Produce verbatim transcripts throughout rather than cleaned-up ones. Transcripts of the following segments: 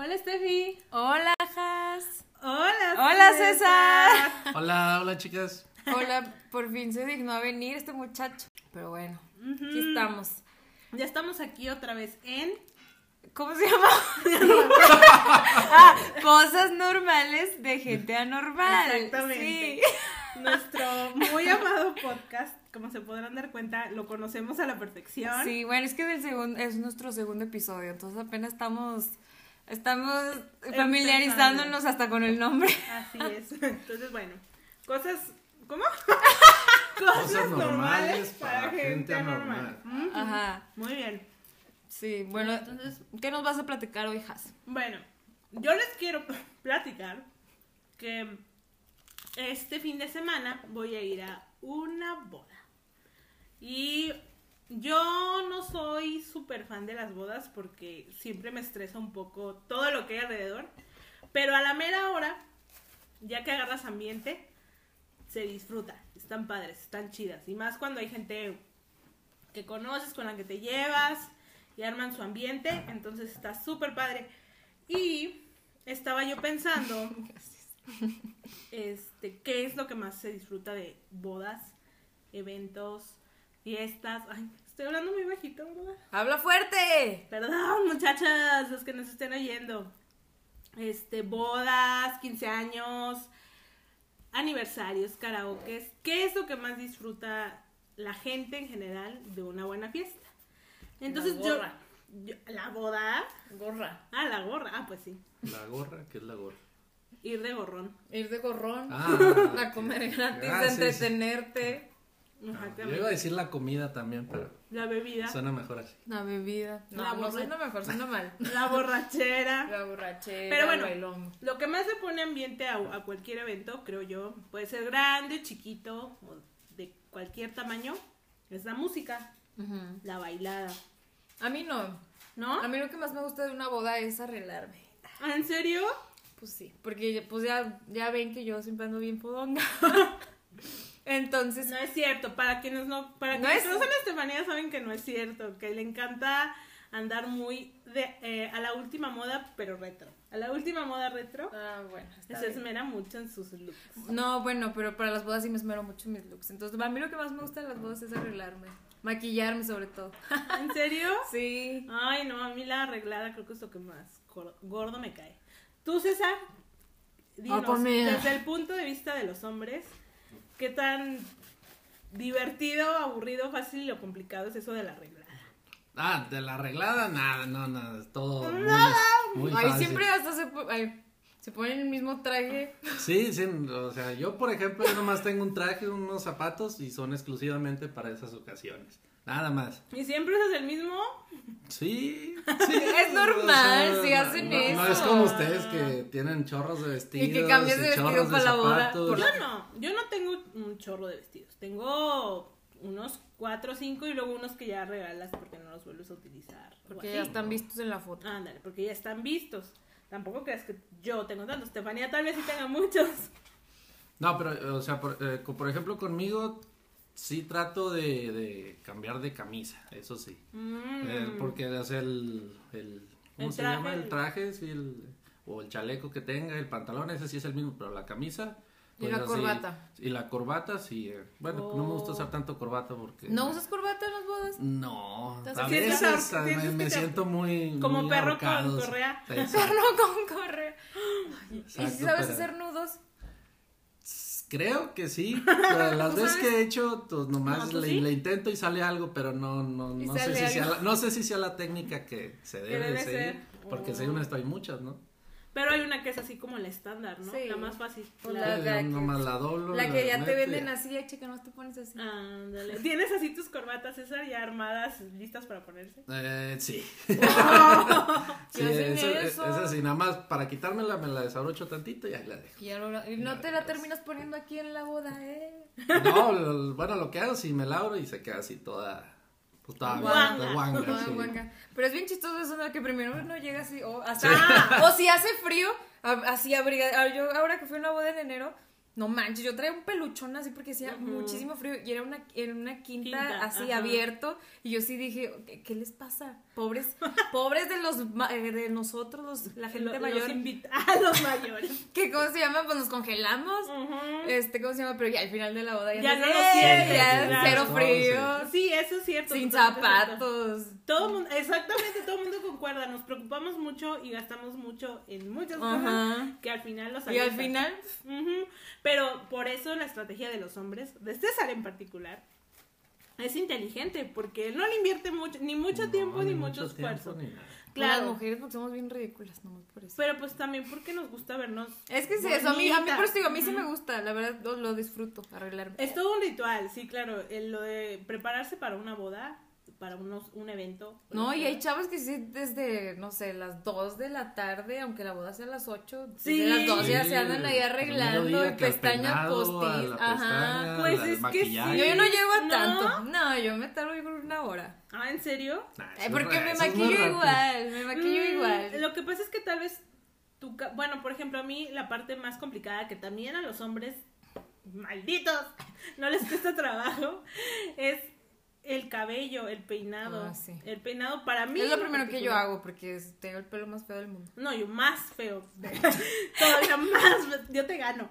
Hola, Steffi. Hola, Jas. Hola, Hola, César. Hola, hola, chicas. Hola, por fin se dignó a venir este muchacho. Pero bueno, uh-huh. aquí estamos. Ya estamos aquí otra vez en... ¿Cómo se llama? ah, cosas normales de gente anormal. Exactamente. Sí. Nuestro muy amado podcast, como se podrán dar cuenta, lo conocemos a la perfección. Sí, bueno, es que del segundo, es nuestro segundo episodio, entonces apenas estamos, estamos familiarizándonos hasta con el nombre. Así es. Entonces, bueno, cosas, ¿cómo? Cosas, cosas normales para, para gente anormal. anormal. Uh-huh. Ajá. Muy bien. Sí, bueno, entonces, ¿qué nos vas a platicar hoy, Jas? Bueno, yo les quiero platicar que este fin de semana voy a ir a una boda. Y yo no soy súper fan de las bodas porque siempre me estresa un poco todo lo que hay alrededor. Pero a la mera hora, ya que agarras ambiente, se disfruta. Están padres, están chidas. Y más cuando hay gente que conoces, con la que te llevas y arman su ambiente, entonces está súper padre. Y estaba yo pensando, este, ¿qué es lo que más se disfruta de bodas, eventos, fiestas? Ay, estoy hablando muy bajito, ¿verdad? ¡Habla fuerte! Perdón, muchachas, los que nos estén oyendo. Este, bodas, quince años, aniversarios, karaokes. ¿Qué es lo que más disfruta la gente en general de una buena fiesta? Entonces la gorra. yo, yo, la boda, gorra. Ah, la gorra, ah, pues sí. La gorra, ¿qué es la gorra? Ir de gorrón. Ir de gorrón. Ah, a comer gratis, ah, a sí, entretenerte. Sí. Ah, yo iba a decir la comida también, pero la bebida. Suena mejor así. La bebida. No, la no suena mejor, suena mal. La borrachera. La borrachera. Pero bueno, el bailón. Lo que más le pone ambiente a, a cualquier evento, creo yo, puede ser grande, chiquito o de cualquier tamaño, es la música, uh-huh. La bailada. A mí no. ¿No? A mí lo que más me gusta de una boda es arreglarme. ¿En serio? Pues sí, porque pues ya, ya ven que yo siempre ando bien podonga. Entonces... No es cierto, para quienes no... Para no quienes es... conocen a Estefanía saben que no es cierto, que le encanta andar muy de eh, a la última moda, pero retro. A la última moda retro. Ah, bueno. Se bien. esmera mucho en sus looks. No, bueno, pero para las bodas sí me esmero mucho en mis looks. Entonces, a mí lo que más me gusta de las bodas es arreglarme. Maquillarme sobre todo. ¿En serio? Sí. Ay, no, a mí la arreglada creo que es lo que más gordo me cae. Tú, César, dinos, oh, desde el punto de vista de los hombres, ¿qué tan divertido, aburrido, fácil o complicado es eso de la arreglada? Ah, de la arreglada, nada, no, nada, es todo nada. muy, muy ay, fácil. Siempre hasta se, ay, se ponen el mismo traje. Sí, sí, o sea, yo por ejemplo, yo nomás tengo un traje, unos zapatos y son exclusivamente para esas ocasiones. Nada más. ¿Y siempre usas el mismo? Sí, sí. Es normal, o sea, si hacen no, eso. No es como ustedes que tienen chorros de vestidos. Y que cambias de vestido para la boda. Yo no, yo no tengo un chorro de vestidos. Tengo unos cuatro o cinco y luego unos que ya regalas porque no los vuelves a utilizar. Porque ya están vistos en la foto. Ándale, porque ya están vistos. Tampoco creas que yo tengo tantos. Estefanía tal vez sí tenga muchos. No, pero, o sea, por, eh, por ejemplo, conmigo sí trato de, de cambiar de camisa, eso sí. Mm. Eh, porque hace el, el ¿cómo el se traje, llama? El traje, sí, el, o el chaleco que tenga, el pantalón, ese sí es el mismo, pero la camisa... Pues y la así, corbata. Y la corbata, sí. Eh, bueno, oh. no me gusta usar tanto corbata porque... ¿No usas corbata en las bodas? No. Entonces, a veces a, me, me te... siento muy... Como muy perro ahorcados. con correa. Perro con correa. Exacto, ¿y si sabes pero... hacer nudos? Creo que sí. Las veces que he hecho, pues nomás no, le, sí? le intento y sale algo, pero no, no, no sé si sea la, no sé si sea la técnica que se debe, debe de seguir. Ser. Porque oh. según esto hay muchas, ¿no? Pero hay una que es así como la estándar, ¿no? Sí. La más fácil. La, la, nomás la doblo. La que la ya te venden así, hecha que no te pones así. Ándale. ¿Tienes así tus corbatas, César, ya armadas, listas para ponerse? Eh, sí. Oh, sí, eso, eso? Esa sí, nada más para quitármela me la desabrocho tantito y ahí la dejo. Y, ahora, y no te la terminas poniendo aquí en la boda, ¿eh? No, lo, bueno, lo que hago es si me labro y se queda así toda... Toda guanga. Guanga, guanga, sí. guanga. Pero es bien chistoso eso, ¿no? Que primero no llega así, o, hasta, sí. O si hace frío, así abriga. Yo ahora que fui a una boda en enero, no manches, yo traía un peluchón así porque hacía uh-huh. muchísimo frío y era una, era una quinta, quinta así ajá. abierto y yo sí dije, ¿qué, qué les pasa? Pobres, pobres de los de nosotros, los, la gente los, mayor. Los invitados, los mayores. ¿Qué, cómo se llama? Pues nos congelamos, uh-huh. este, ¿cómo se llama? Pero ya al final de la boda ya, ya no lo sientes, ya claro. cero frío. Sí, eso es cierto. Sin zapatos. Todo mundo, exactamente, todo el mundo concuerda, nos preocupamos mucho y gastamos mucho en muchas cosas uh-huh. que al final los Y al final... Uh-huh. Pero por eso la estrategia de los hombres, de César en particular, es inteligente, porque él no le invierte mucho, ni mucho no, tiempo ni, ni mucho esfuerzo. Ni nada. Claro, las mujeres porque somos bien ridículas, no por eso. Pero pues también porque nos gusta vernos. Es que sí, eso, a mí, a mí por eso digo, a mí uh-huh. sí me gusta, la verdad lo, lo disfruto, arreglarme. Es todo un ritual, sí, claro, el, lo de prepararse para una boda, para unos, un evento. No, y hay chavos que sí desde, no sé, las dos de la tarde, aunque la boda sea a las ocho, sí. desde las dos ya se andan ahí arreglando y pestañas postiz. Ajá. Pues es que sí. Yo, yo no llego a tanto. No, no yo me tardo por una hora. Ah, ¿en serio? Nah, eh, porque me maquillo igual, me maquillo mm, igual. Lo que pasa es que tal vez tu, bueno, por ejemplo, a mí la parte más complicada que también a los hombres malditos no les cuesta trabajo es el cabello, el peinado. Ah, sí. El peinado para mí es lo primero que yo hago porque tengo el pelo más feo del mundo. No, yo más feo. Todavía más, yo te gano.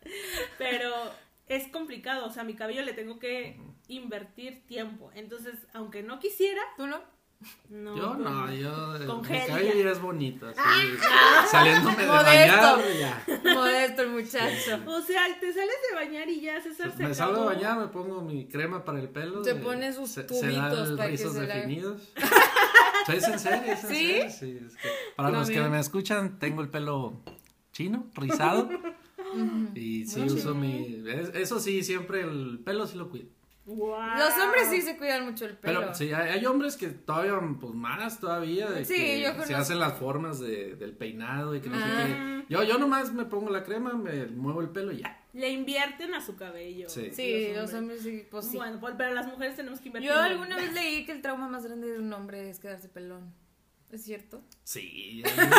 Pero es complicado, o sea, mi cabello le tengo que invertir tiempo. Entonces, aunque no quisiera, ¿tú no? No, yo no, yo con mi gel, cabello ya. ya es bonito, así, ah, saliéndome de modesto, bañar ya. Modesto el muchacho. O sea, te sales de bañar y ya César pues se me acabó. salgo de bañar, me pongo mi crema para el pelo. Se pone sus se, tubitos se para rizos que se definidos. La... ¿Es en serio? ¿Es en ¿Sí? serio? Sí, es que para no, los bien. que me escuchan, tengo el pelo chino, rizado. Uh-huh. Y sí, Muy uso bien. mi... Eso sí, siempre el pelo sí lo cuido. Wow. Los hombres sí se cuidan mucho el pelo. Pero sí, hay, hay hombres que todavía, pues más todavía, de sí, que yo se conozco. hacen las formas de, del peinado y que no ah. sé qué. Yo, yo nomás me pongo la crema, me muevo el pelo y ya. Le invierten a su cabello. Sí, sí los, hombres. los hombres sí, pues sí. Bueno, pues, pero las mujeres tenemos que invertir. Yo alguna vez leí que el trauma más grande de un hombre es quedarse pelón. ¿Es cierto? Sí, yo digo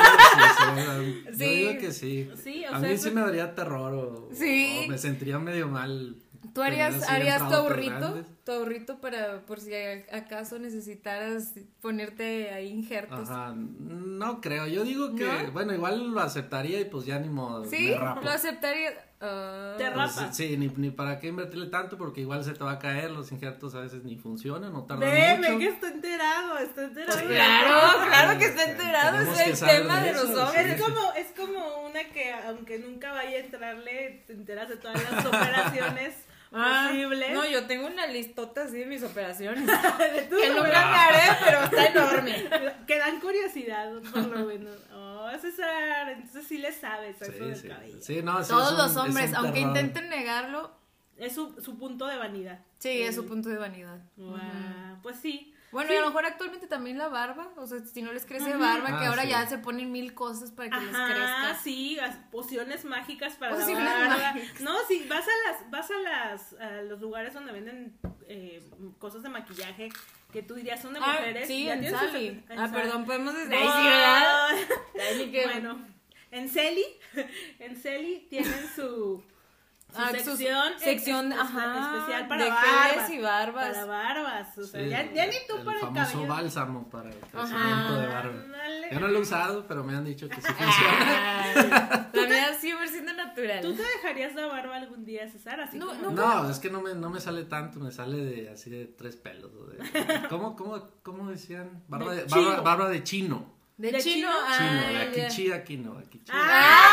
que sí, sí. Yo digo que sí. sí o a sea, mí eso... sí me daría terror o, sí. o me sentiría medio mal. ¿Tú harías, harías tu ahorrito? Tu ahorrito para, por si acaso necesitaras ponerte ahí injertos. Ajá, no creo, yo digo que, ¿no? Bueno, igual lo aceptaría y pues ya ni modo. ¿Sí? Me rapo. Lo aceptaría. Uh... Te rapas. Pues, sí, ni, ni para qué invertirle tanto porque igual se te va a caer, los injertos a veces ni funcionan, no tardan Ve, mucho. Ve que está enterado, está enterado. Pues claro, claro que está enterado, Tenemos es el tema de, de los hombres. Es como, es como una que aunque nunca vaya a entrarle, te enteras de todas las operaciones. Ah, posibles. No, yo tengo una listota así de mis operaciones. de que nunca me haré, pero está enorme. Que dan curiosidad, por lo menos. Oh, César, entonces sí le sabes a sí, eso del sí. cabello. Sí, no, sí, Todos un, los hombres, aunque terror. intenten negarlo. Es su, su punto de vanidad. Sí, sí, es su punto de vanidad. Wow. Uh-huh. Pues sí. Bueno, sí. y a lo mejor actualmente también la barba, o sea, si no les crece uh-huh. barba, ah, que ahora sí. ya se ponen mil cosas para que Ajá, les crezca. Sí, pociones mágicas para pociones la barba. mágicas. No, sí, vas a las, vas a las, a los lugares donde venden eh, cosas de maquillaje que tú dirías son de ah, mujeres. Sí, ya en Sally. Su, en ah, Sally. perdón, podemos decir. No. Ahí sí, ¿verdad? Ahí que... Bueno, en Celi, en Celi tienen su Su ah, sección, su sección es, ajá, especial para de barbas, y barbas. Para barbas. O sea, sí, ya, ya ni tú el para el famoso cabello. bálsamo para el crecimiento ajá. de barba. Dale. Yo no lo he usado, pero me han dicho que sí funciona. La vida siempre siendo natural. ¿Tú te dejarías la barba algún día, César? Así no, como... no, no, es que no me, no me sale tanto, me sale de así de tres pelos. De, ¿cómo, cómo, ¿Cómo decían? Barba de, de barba, barba de chino. ¿De, ¿De chino? chino? Chino, Ah, de aquí ya. chi, aquí no, aquí chi. Ah.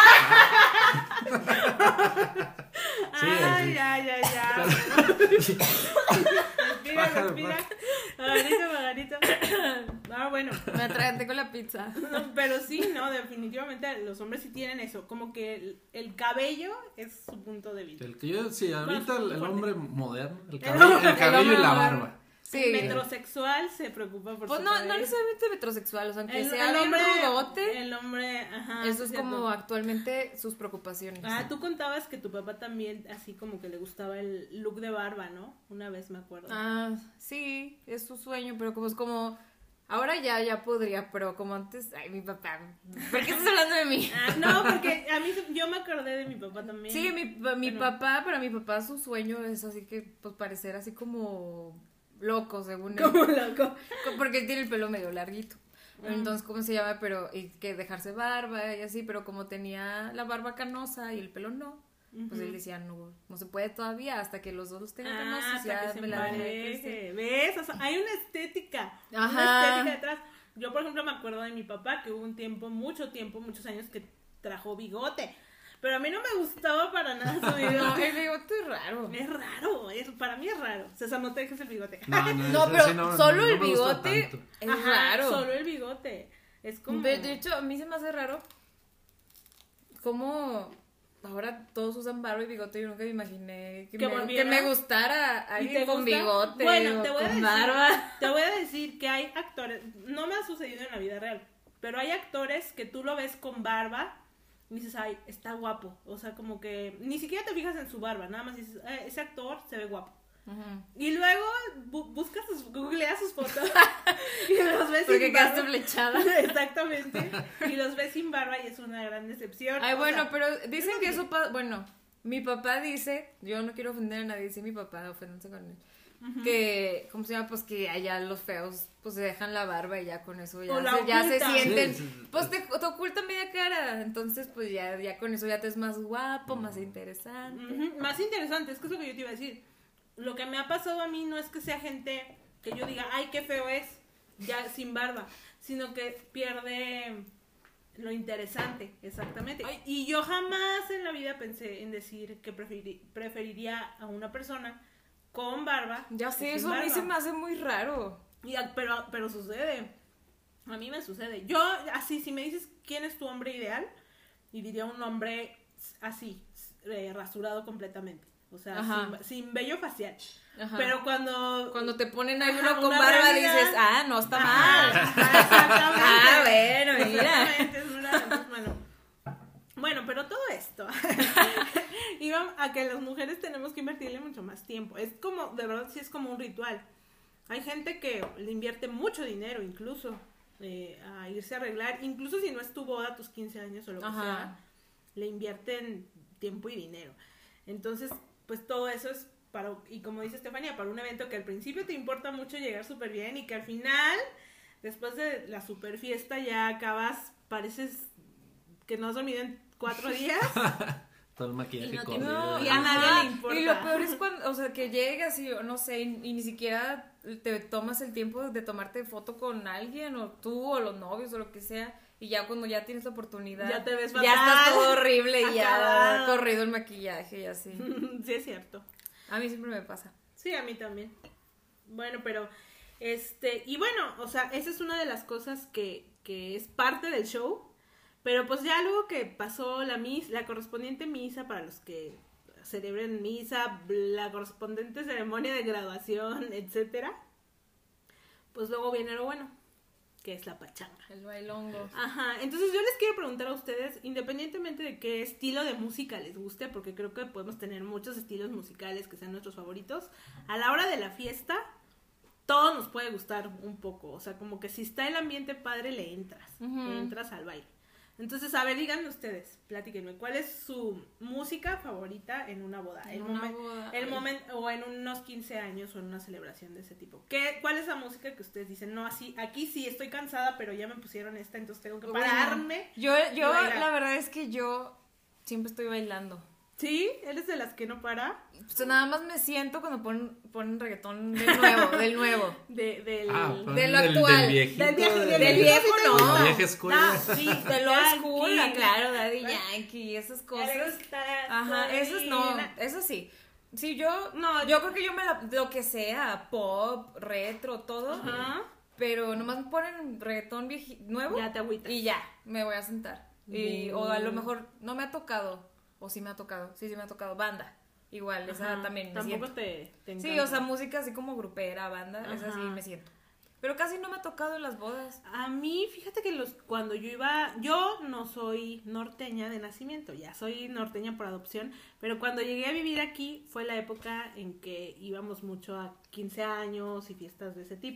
Sí, ah, así. ya, ya, ya. Respira, Bájalo, respira. bájalo. Margarito, Margarito. Ah, bueno. Me atraganté con la pizza. No, pero sí, no, definitivamente los hombres sí tienen eso. Como que el, el cabello es su punto de vista. El que yo, sí, ahorita el, el hombre moderno, el El cabello, hombre- el cabello el y la hombre barba. Sí. El metrosexual se preocupa por Pues su no, cabello. no necesariamente metrosexual, o sea, aunque El, sea el bien hombre, rudote, el hombre, ajá. eso es sí, como cierto. actualmente sus preocupaciones. Ah, tú contabas que tu papá también, así como que le gustaba el look de barba, ¿no? Una vez me acuerdo. Ah, sí, es su sueño, pero como es como Ahora ya, ya podría, pero como antes, ay, mi papá, ¿por qué estás hablando de mí? Ah, no, porque a mí, yo me acordé de mi papá también. Sí, mi, mi Bueno. papá, pero mi papá su sueño es así que, pues, parecer así como loco, según él. Como loco. Porque él tiene el pelo medio larguito. Entonces, ¿cómo se llama? Pero, y que dejarse barba y así, pero como tenía la barba canosa y el pelo no, pues él decía, no, no se puede todavía, hasta que los dos los tengan Ah, canosos, hasta ya que se me la dejé empareje. crecer. ¿Ves? O sea, hay una estética. Ajá. Una estética detrás. Yo, por ejemplo, me acuerdo de mi papá que hubo un tiempo, mucho tiempo, muchos años que trajo bigote. Pero a mí no me gustaba para nada su No, bigote. el bigote es raro. Es raro, es, para mí es raro. César, no te dejes el bigote. No, no, No, eso pero sí no- solo no el me gusta bigote tanto. es Ajá, raro. Solo el bigote. Es como... De, de hecho, a mí se me hace raro cómo ahora todos usan barba y bigote. Yo nunca me imaginé que, Que me, volviera. que me gustara ¿Y alguien te con gusta? bigote Bueno, o te voy a con decir, barba. te voy a decir que hay actores, no me ha sucedido en la vida real, pero hay actores que tú lo ves con barba y dices, ay, está guapo. O sea, como que ni siquiera te fijas en su barba, nada más dices, "Eh, ese actor se ve guapo". Ujú. Y luego bu- buscas sus, googleas sus fotos y los ves Porque sin quedaste barba. flechada. Exactamente. Y los ves sin barba y es una gran decepción. Ay, O bueno, sea, pero dicen es lo que que- eso pasa. Bueno, mi papá dice, yo no quiero ofender a nadie, dice mi papá, oféndanse con él. Que, ¿cómo se llama? Pues que allá los feos, pues se dejan la barba y ya con eso ya, O la se, ya se ocultan. sienten. Sí, sí, Pues te, te ocultan media cara. Entonces, pues ya, ya con eso ya te es más guapo, más interesante. Ujú, más interesante, es que es lo que yo te iba a decir. Lo que me ha pasado a mí no es que sea gente que yo diga, ay, qué feo es, ya sin barba, sino que pierde lo interesante, exactamente. Ay, y yo jamás en la vida pensé en decir que preferi- preferiría a una persona con barba. Ya que sé, sin eso a mí barba. se me hace muy raro. Y a- pero, pero sucede. A mí me sucede. Yo, así, si me dices quién es tu hombre ideal, y diría un hombre así, eh, rasurado completamente. O sea, Ajá. sin, sin vello facial. Ajá. Pero cuando... Cuando te ponen ahí Ajá, uno con una barba realidad. dices, ah, no está Ajá, mal. ajá, exactamente. Ah, bueno, mira. Exactamente, es una- entonces, bueno. Bueno, pero todo esto iba a que las mujeres tenemos que invertirle mucho más tiempo. Es como, de verdad, sí es como un ritual. Hay gente que le invierte mucho dinero incluso eh, a irse a arreglar, incluso si no es tu boda, tus quince años o lo que Ajá. sea, le invierten tiempo y dinero. Entonces, pues todo eso es para, y como dice Estefanía, para un evento que al principio te importa mucho llegar súper bien y que al final, después de la super fiesta, ya acabas, pareces que no has dormido en cuatro días. Todo el maquillaje Y no te- corrido. No, Y a ajá, nadie le importa. Y lo peor es cuando, o sea, que llegas y, no sé, y, y ni siquiera te tomas el tiempo de tomarte foto con alguien, o tú, o los novios, o lo que sea, y ya cuando ya tienes la oportunidad, Ya te ves ya fatal, estás todo horrible y ya acabado. corrido el maquillaje y así. Sí, es cierto. A mí siempre me pasa. Sí, a mí también. Bueno, pero, este, y bueno, o sea, esa es una de las cosas que, que es parte del show, pero pues ya luego que pasó la misa, la correspondiente misa para los que celebren misa, la correspondiente ceremonia de graduación, etcétera, pues luego viene lo bueno, que es la pachanga. El bailongo. Ajá, entonces yo les quiero preguntar a ustedes, independientemente de qué estilo de música les guste, porque creo que podemos tener muchos estilos musicales que sean nuestros favoritos, a la hora de la fiesta, todo nos puede gustar un poco, o sea, como que si está el ambiente padre, le entras, Ujú. le entras al baile. Entonces, a ver, díganme ustedes, platíquenme, ¿cuál es su música favorita en una boda? En el una momento, boda, el ay. momento, o en unos quince años o en una celebración de ese tipo. ¿Qué, ¿Cuál es la música que ustedes dicen? No, así, aquí sí estoy cansada, pero ya me pusieron esta, entonces tengo que Bueno, pararme. Yo, yo, y bailar. la verdad es que yo siempre estoy bailando. ¿Sí? ¿Eres de las que no para? Pues nada más me siento cuando ponen, ponen reggaetón del nuevo, del nuevo. De, del... Ah, de pues, lo del- actual. Del viejito. Del viejo- de- del viejo sí te no. gusta. La vieja escuela. No, sí, De lo Yankee. oscuro, claro, Daddy Yankee y esas Me cosas. gusta Ajá, esas no, Solina. eso sí. Sí, yo, No, yo creo que yo me la, lo que sea, pop, retro, todo, Ajá. pero nomás ponen reggaetón vieji- nuevo Ya te agüitas. y ya, me voy a sentar. Y, Mm. o a lo mejor no me ha tocado, o sí me ha tocado, sí, sí me ha tocado, banda, igual, esa Ajá, también me Tampoco siento. te, te Sí, encanta. o sea, música así como grupera, banda, esa sí Ajá. me siento. Pero casi no me ha tocado en las bodas. A mí, fíjate que los cuando yo iba, yo no soy norteña de nacimiento, ya soy norteña por adopción, pero cuando llegué a vivir aquí fue la época en que íbamos mucho a quince años y fiestas de ese tipo.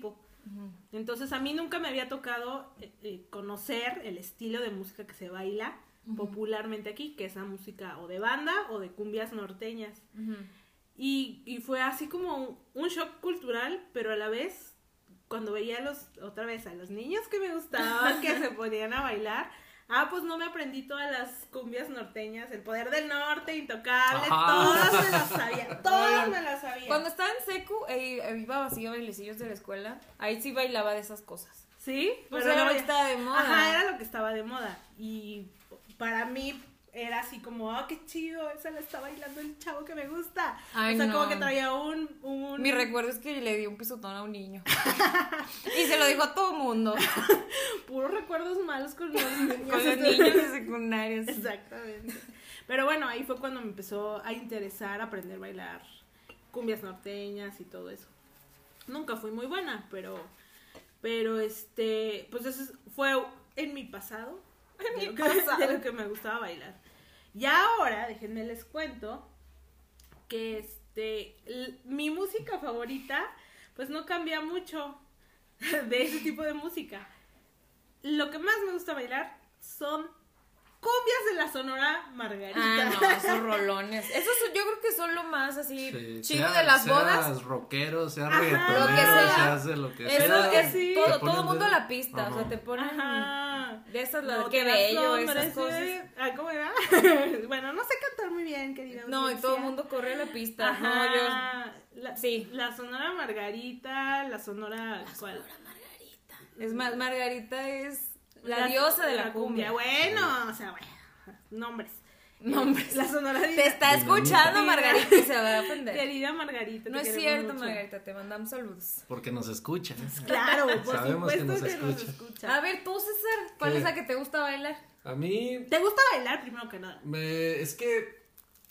Uh-huh. Entonces a mí nunca me había tocado eh, eh, conocer el estilo de música que se baila uh-huh. popularmente aquí, que es la música o de banda o de cumbias norteñas. Uh-huh. Y, y fue así como un, un shock cultural, pero a la vez, cuando veía a los, otra vez a los niños que me gustaban, que se ponían a bailar, ah, pues no me aprendí todas las cumbias norteñas, El Poder del Norte, Intocable, Ajá. todas me las sabía, todas me las sabía. Cuando estaba en secu, eh, iba así a bailecillos de la escuela, ahí sí bailaba de esas cosas. ¿Sí? Pues era lo que estaba de moda. Ajá, era lo que estaba de moda. Y para mí era así como, ah, oh, qué chido, esa la está bailando el chavo que me gusta. Ay, o sea, no. como que traía un, un... Mi recuerdo es que le di un pisotón a un niño. Y se lo dijo a todo mundo. Puros recuerdos malos con los niños. Con los niños de secundarios. Exactamente. Pero bueno, ahí fue cuando me empezó a interesar aprender a bailar cumbias norteñas y todo eso. Nunca fui muy buena, pero... Pero este... Pues eso fue en mi pasado. En mi pasado. De lo que me gustaba bailar. Y ahora, déjenme les cuento que este l- mi música favorita pues no cambia mucho de ese tipo de música. Lo que más me gusta bailar son cumbias de la Sonora Margarita. Ah, no, esos rolones. Esos yo creo que son lo más así sí, chido sea, de las seas bodas. Seas rockero, seas reggaetonero, lo que sea. se hace lo que Eso sea. es sí, todo, todo mundo a la pista, Ajá. o sea, te ponen Ajá. de esas, la no, qué bello, hombres, esas cosas. Ah, ¿cómo era? Bueno, no sé cantar muy bien, querida. No, y todo el mundo corre a la pista. Ajá. No, yo la, sí. La Sonora Margarita, la Sonora La ¿cuál? Sonora Margarita. Es más, Margarita es la, la diosa de la, la cumbia. cumbia. Bueno, o sea, bueno. Nombres. Nombres. La Sonora. Te está escuchando Margarita y se va a ofender. Querida Margarita. No es cierto, mucho. Margarita, te mandamos saludos. Porque nos escuchas. Claro, por Sabemos supuesto que, nos, que escucha. nos escucha. A ver, tú, César, ¿cuál ¿Qué? es la que te gusta bailar? A mí. ¿Te gusta bailar primero que nada? Me, es que.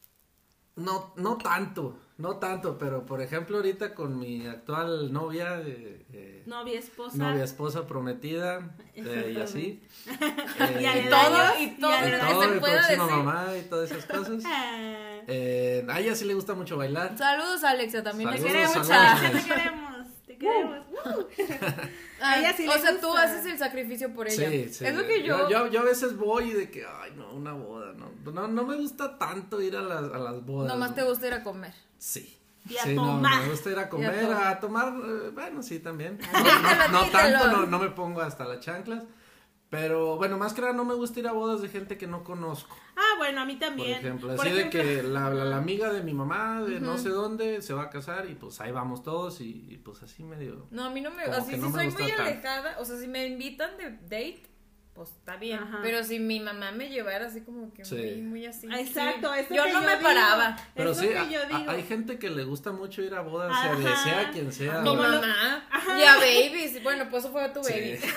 No, no tanto. No tanto, pero por ejemplo, ahorita con mi actual novia. Eh, eh, novia, esposa. Novia, esposa, prometida. Eh, y así. Eh, y, y todo, y todo, y y todo, se mi puede próxima decir. mamá y todas esas cosas. Eh, a ella sí le gusta mucho bailar. Saludos, Alexia, también saludos, te queremos. Saludos, te queremos, te queremos. Uh. A ella sí o sea, gusta. Tú haces el sacrificio por ella. Sí, sí. Es lo que yo... yo... Yo, yo a veces voy de que, ay, no, una boda, no. No, no me gusta tanto ir a las, a las bodas. Nomás te gusta ir a comer. Sí. Y a sí, tomar. No, me gusta ir a comer, a tomar, a tomar eh, bueno, sí, también. No, no, no tanto, no, no me pongo hasta las chanclas. Pero, bueno, más que nada no me gusta ir a bodas de gente que no conozco. Ah, bueno, a mí también. Por ejemplo, Por así ejemplo... de que la, la, la amiga de mi mamá, de uh-huh. no sé dónde, se va a casar y pues ahí vamos todos y, y pues así medio... No, a mí no me... Así si no soy muy tanto. alejada, o sea, si me invitan de date... Pues está bien, Ajá. pero si mi mamá me llevara así como que sí. muy, muy así. Exacto, sí. yo no yo me digo, paraba. Pero sí, a, a, hay gente que le gusta mucho ir a bodas, Ajá. sea, sea quien sea. Mi mamá, Ajá. y a babies, bueno, pues eso fue tu baby. Sí.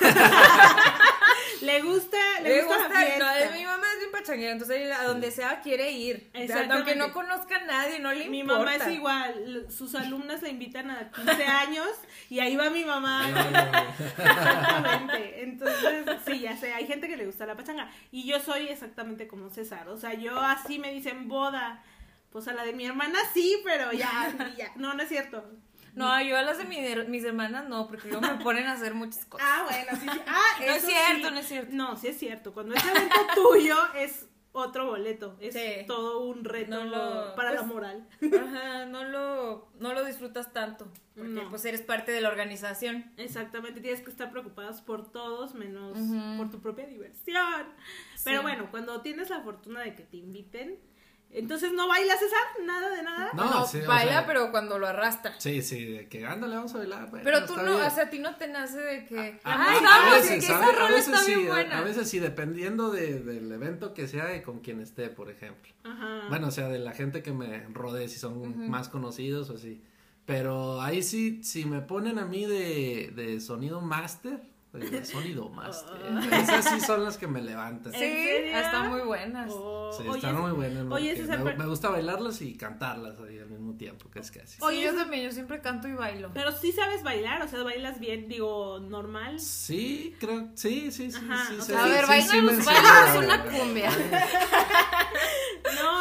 le gusta, le, le gusta, gusta la fiesta. No, mi mamá es bien pachanguera, entonces a donde sea quiere ir. Aunque no conozca a nadie, no le mi importa. Mi mamá es igual, sus alumnas la invitan a quince años y ahí va mi mamá. Exactamente, entonces sí, ya sé, hay gente que le gusta la pachanga y yo soy exactamente como César, o sea, yo así me dicen boda, pues a la de mi hermana sí, pero ya, ya, no, no es cierto. No, yo a las de mi, mis hermanas no, porque luego me ponen a hacer muchas cosas. Ah, bueno, sí, sí. Ah, no es cierto, sí. no es cierto. No, sí es cierto, cuando es evento tuyo es otro boleto, es sí. todo un reto no lo, para pues, la moral. Ajá, no lo, no lo disfrutas tanto, porque no. pues eres parte de la organización. Exactamente, tienes que estar preocupados por todos menos uh-huh. por tu propia diversión. Sí. Pero bueno, cuando tienes la fortuna de que te inviten, entonces no bailas, César, nada de nada. No, no sí, baila, o sea, pero cuando lo arrastra. Sí, sí, de que ándale, vamos a bailar. Bueno, pero tú no, bien. O sea, a ti no te nace de que, a, ay, a, vamos, a veces, que a esa rola está sí, bien buena. A, a veces sí, dependiendo de, del evento que sea y con quien esté, por ejemplo. Ajá. Bueno, o sea, de la gente que me rodee, si son uh-huh. más conocidos o así. Pero ahí sí, si me ponen a mí de, de sonido máster, de sonido máster, oh. esas sí son las que me levantan. Sí, están muy buenas. Oh. Sí, están oye, muy buenas. Oye, me, me, me gusta bailarlas y cantarlas ahí al mismo tiempo, que es casi. Oye, yo también, yo siempre canto y bailo. Pero sí sabes bailar, o sea, bailas bien, digo, normal. Sí, creo, sí, sí, sí. Ajá, sí, o sí sea, a sí, ver, sí, bailamos, sí, bailamos una cumbia. No,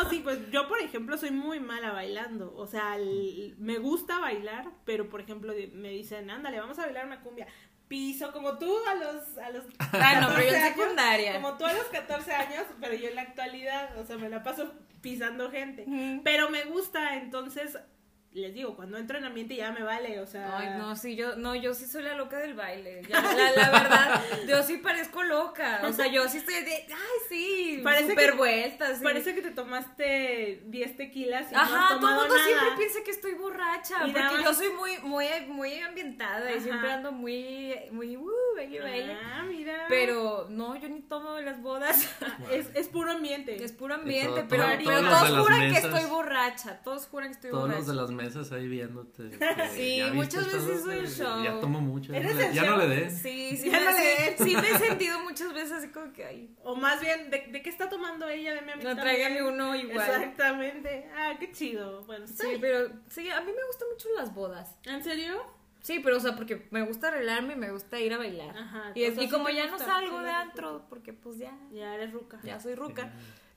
sí, pues yo, por ejemplo, soy muy mala bailando. O sea, el- me gusta bailar, pero, por ejemplo, de- me dicen, ándale, vamos a bailar una cumbia. Piso, como tú a los, a los Ah, no, pero yo en catorce años, secundaria. como tú a los catorce años, pero yo en la actualidad, o sea, me la paso pisando gente. Ujú. Pero me gusta, entonces, les digo, cuando entro en ambiente ya me vale, o sea. Ay, no, sí, yo, no, yo sí soy la loca del baile. Ya, la, la verdad, yo sí parezco loca. O sea, yo sí estoy de, ay, sí, Parece super que- vueltas. Sí. Parece que te tomaste diez tequilas y no Ajá, has todo el tomado mundo nada. siempre piensa que estoy borracha, Y porque nada más- yo soy muy, muy, muy ambientada y Ajá. siempre ando muy, muy, uh, baile, baile. Ah, mira. Pero no, yo ni tomo en las bodas. Es, es puro ambiente. Es puro Y ambiente, todo- pero, todo- pero todos los todos de las juran que mesas. estoy borracha. Todos juran que estoy Todos borracha. los de las mesas ahí viéndote. que Sí, ya viste muchas estas veces dos, soy el eh, show. Ya tomo mucho. Ya, ¿Eres no le- el ya no show? le des. Sí, sí, Ya me, no sí, le- sí me he sentido muchas veces así como que, ay, O más bien, ¿de, de qué está tomando ella? De mi no, tráigame uno igual. Exactamente. Ah, qué chido. Bueno, está Sí, bien. pero sí, a mí me gustan mucho las bodas. ¿En serio? Sí, pero o sea, porque me gusta arreglarme y me gusta ir a bailar. Ajá, Y, o es- sea, y sí como te ya no gusta, salgo sí de lo antro, porque pues ya, Ya eres ruca. ya soy ruca,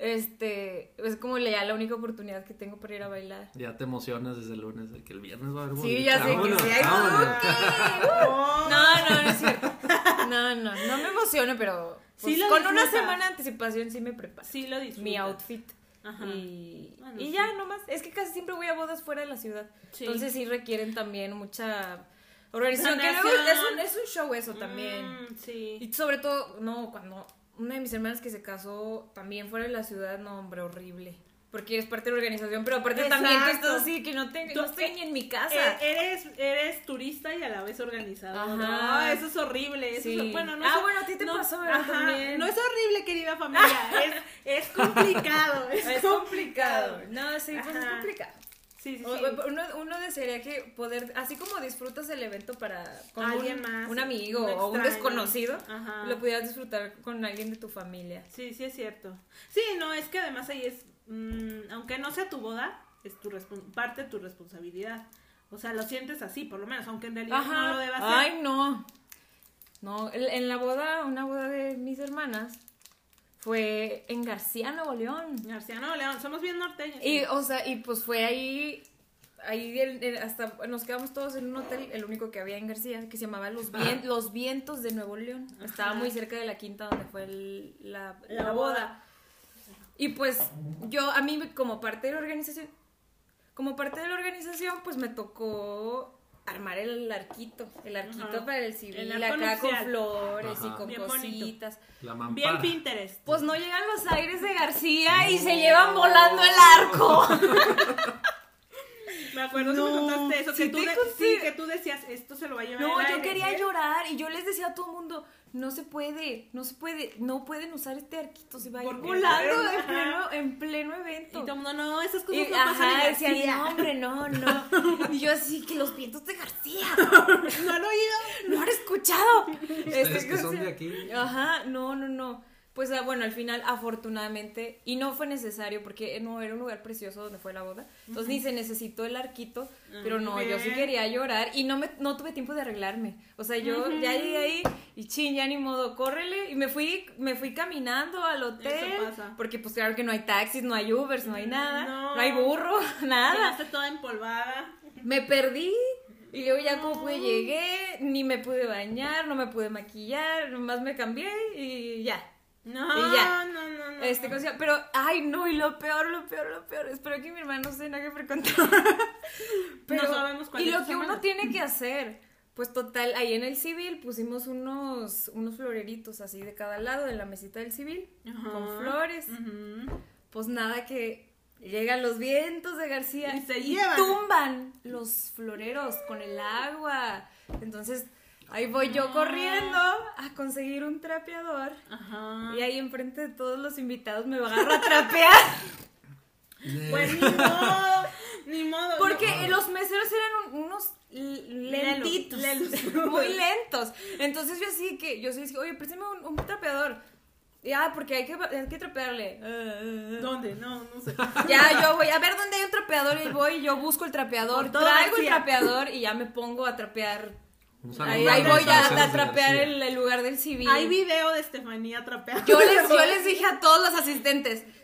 este, es como ya la única oportunidad que tengo para ir a bailar. Ya te emocionas desde el lunes de que el viernes va a haber Sí, bolita. ya sé que Vámonos, sí hay vámonos. Oh. No, no, no es cierto. No, no, no me emociono, pero pues, Sí lo con una disfrutas. semana de anticipación sí me preparo. Sí lo disfrutas. Mi outfit. Ajá. Y, Bueno, y sí. ya nomás, es que casi siempre voy a bodas fuera de la ciudad. Sí. Entonces sí requieren también mucha organización. Que luego Planeación. es un, es un show eso también. Mm, sí. Y sobre todo, no, cuando una de mis hermanas que se casó también fuera de la ciudad, no, hombre, horrible. Porque eres parte de la organización, pero aparte también que Exacto. estás así, que no, te, Tú- no estoy ni en mi casa. Eh, eres, eres turista y a la vez organizador. Ajá. No, eso es horrible. Eso Sí. es- bueno, no Ah, es- bueno, a ti te no- pasó, ¿verdad? ajá, También. No es horrible, querida familia. es, es complicado. Es, Es complicado. No, sí, pues es Ajá. complicado. Sí, sí, O- sí. Uno, uno desearía que poder, así como disfrutas el evento para con Alguien un, más, un amigo un o un extraño. desconocido, Ajá. lo pudieras disfrutar con alguien de tu familia. Sí, sí es cierto. Sí, no, es que además ahí es, mm, aunque no sea tu boda, es tu respon- parte de tu responsabilidad. O sea, lo sientes así, por lo menos, aunque en realidad no lo debas hacer. Ay, no. No, en en la boda, una boda de mis hermanas fue en García, Nuevo León. García, no, León, somos bien norteños. Y, o sea, y pues fue ahí, ahí el- el- hasta nos quedamos todos en un hotel, el único que había en García, que se llamaba Los, Vien- Los Vientos de Nuevo León. Estaba Ajá. muy cerca de la quinta donde fue el- la, La la boda. boda. Y pues yo, a mí como parte de la organización, como parte de la organización, pues me tocó armar el arquito, el arquito Ajá. para el civil, El arco acá con nupcial. flores y Ajá. con Bien bonito. cositas. La Bien mampara. Pinterest. Pues no llegan los aires de García y se llevan volando el arco. Me acuerdo No, que me contaste eso, que, sí tú te de- conté. sí, que tú decías, esto se lo va a llevar No, el yo aire, quería ¿sí? llorar y yo les decía a todo el mundo, no se puede, no se puede, no pueden usar este arquito, se va a ir Porque- volando en ajá. pleno, en pleno Y evento. todo el mundo, no, esas cosas Y, no pasan ajá, en decían, García. no, hombre, no, no. Y yo así, que los vientos de García, No lo he oído. no han escuchado. Ustedes Este, que son cosa- de aquí. Ajá, no, no, no. Pues ah, bueno, al final, afortunadamente, y no fue necesario porque no era un lugar precioso donde fue la boda, entonces ni se necesitó el arquito, pero no, yo sí bien. quería llorar y no me no tuve tiempo de arreglarme. O sea, yo ya llegué ahí y chin, ya ni modo, córrele y me fui me fui caminando al hotel Eso pasa. porque pues claro que no hay taxis, no hay Ubers, no hay nada, No. no, hay burro, nada. Llegaste toda empolvada. Me perdí. Y luego ya como pude llegué, ni me pude bañar, no me pude maquillar, nomás me cambié y ya. No, Y ya. no, no, no. Este, no. cosa, pero, ay, no, y lo peor, lo peor, lo peor. Espero que mi hermano se tenga que frecuentar. Pero, No sabemos cuál y es lo tu que hermano. uno tiene que hacer, pues total, ahí en el civil pusimos unos, unos floreritos así de cada lado de la mesita del civil, Ajá. con flores. Ujú. Pues nada, que llegan los vientos de García Y se llevan. tumban los floreros con el agua. Entonces, ahí voy yo corriendo a conseguir un trapeador. Ajá. Y ahí enfrente de todos los invitados me agarro a trapear. Pues ni modo, ni modo. Porque no. los meseros eran un- unos l- lentitos, Lelos. muy lentos. Entonces yo así que, yo así, oye, préstame un, un trapeador. Y, ah, porque hay que, hay que trapearle. Ah, ah, ah. ¿Dónde? No, no sé. Ya, yo voy a ver dónde hay un trapeador y voy, yo busco el trapeador, Por todo traigo el García. trapeador y ya me pongo a trapear. Un saludo Ahí, a ahí los voy a, meseros a de trapear García. el, el lugar del civil. Hay video de Estefanía trapeando. Yo les, yo les dije a todos los asistentes,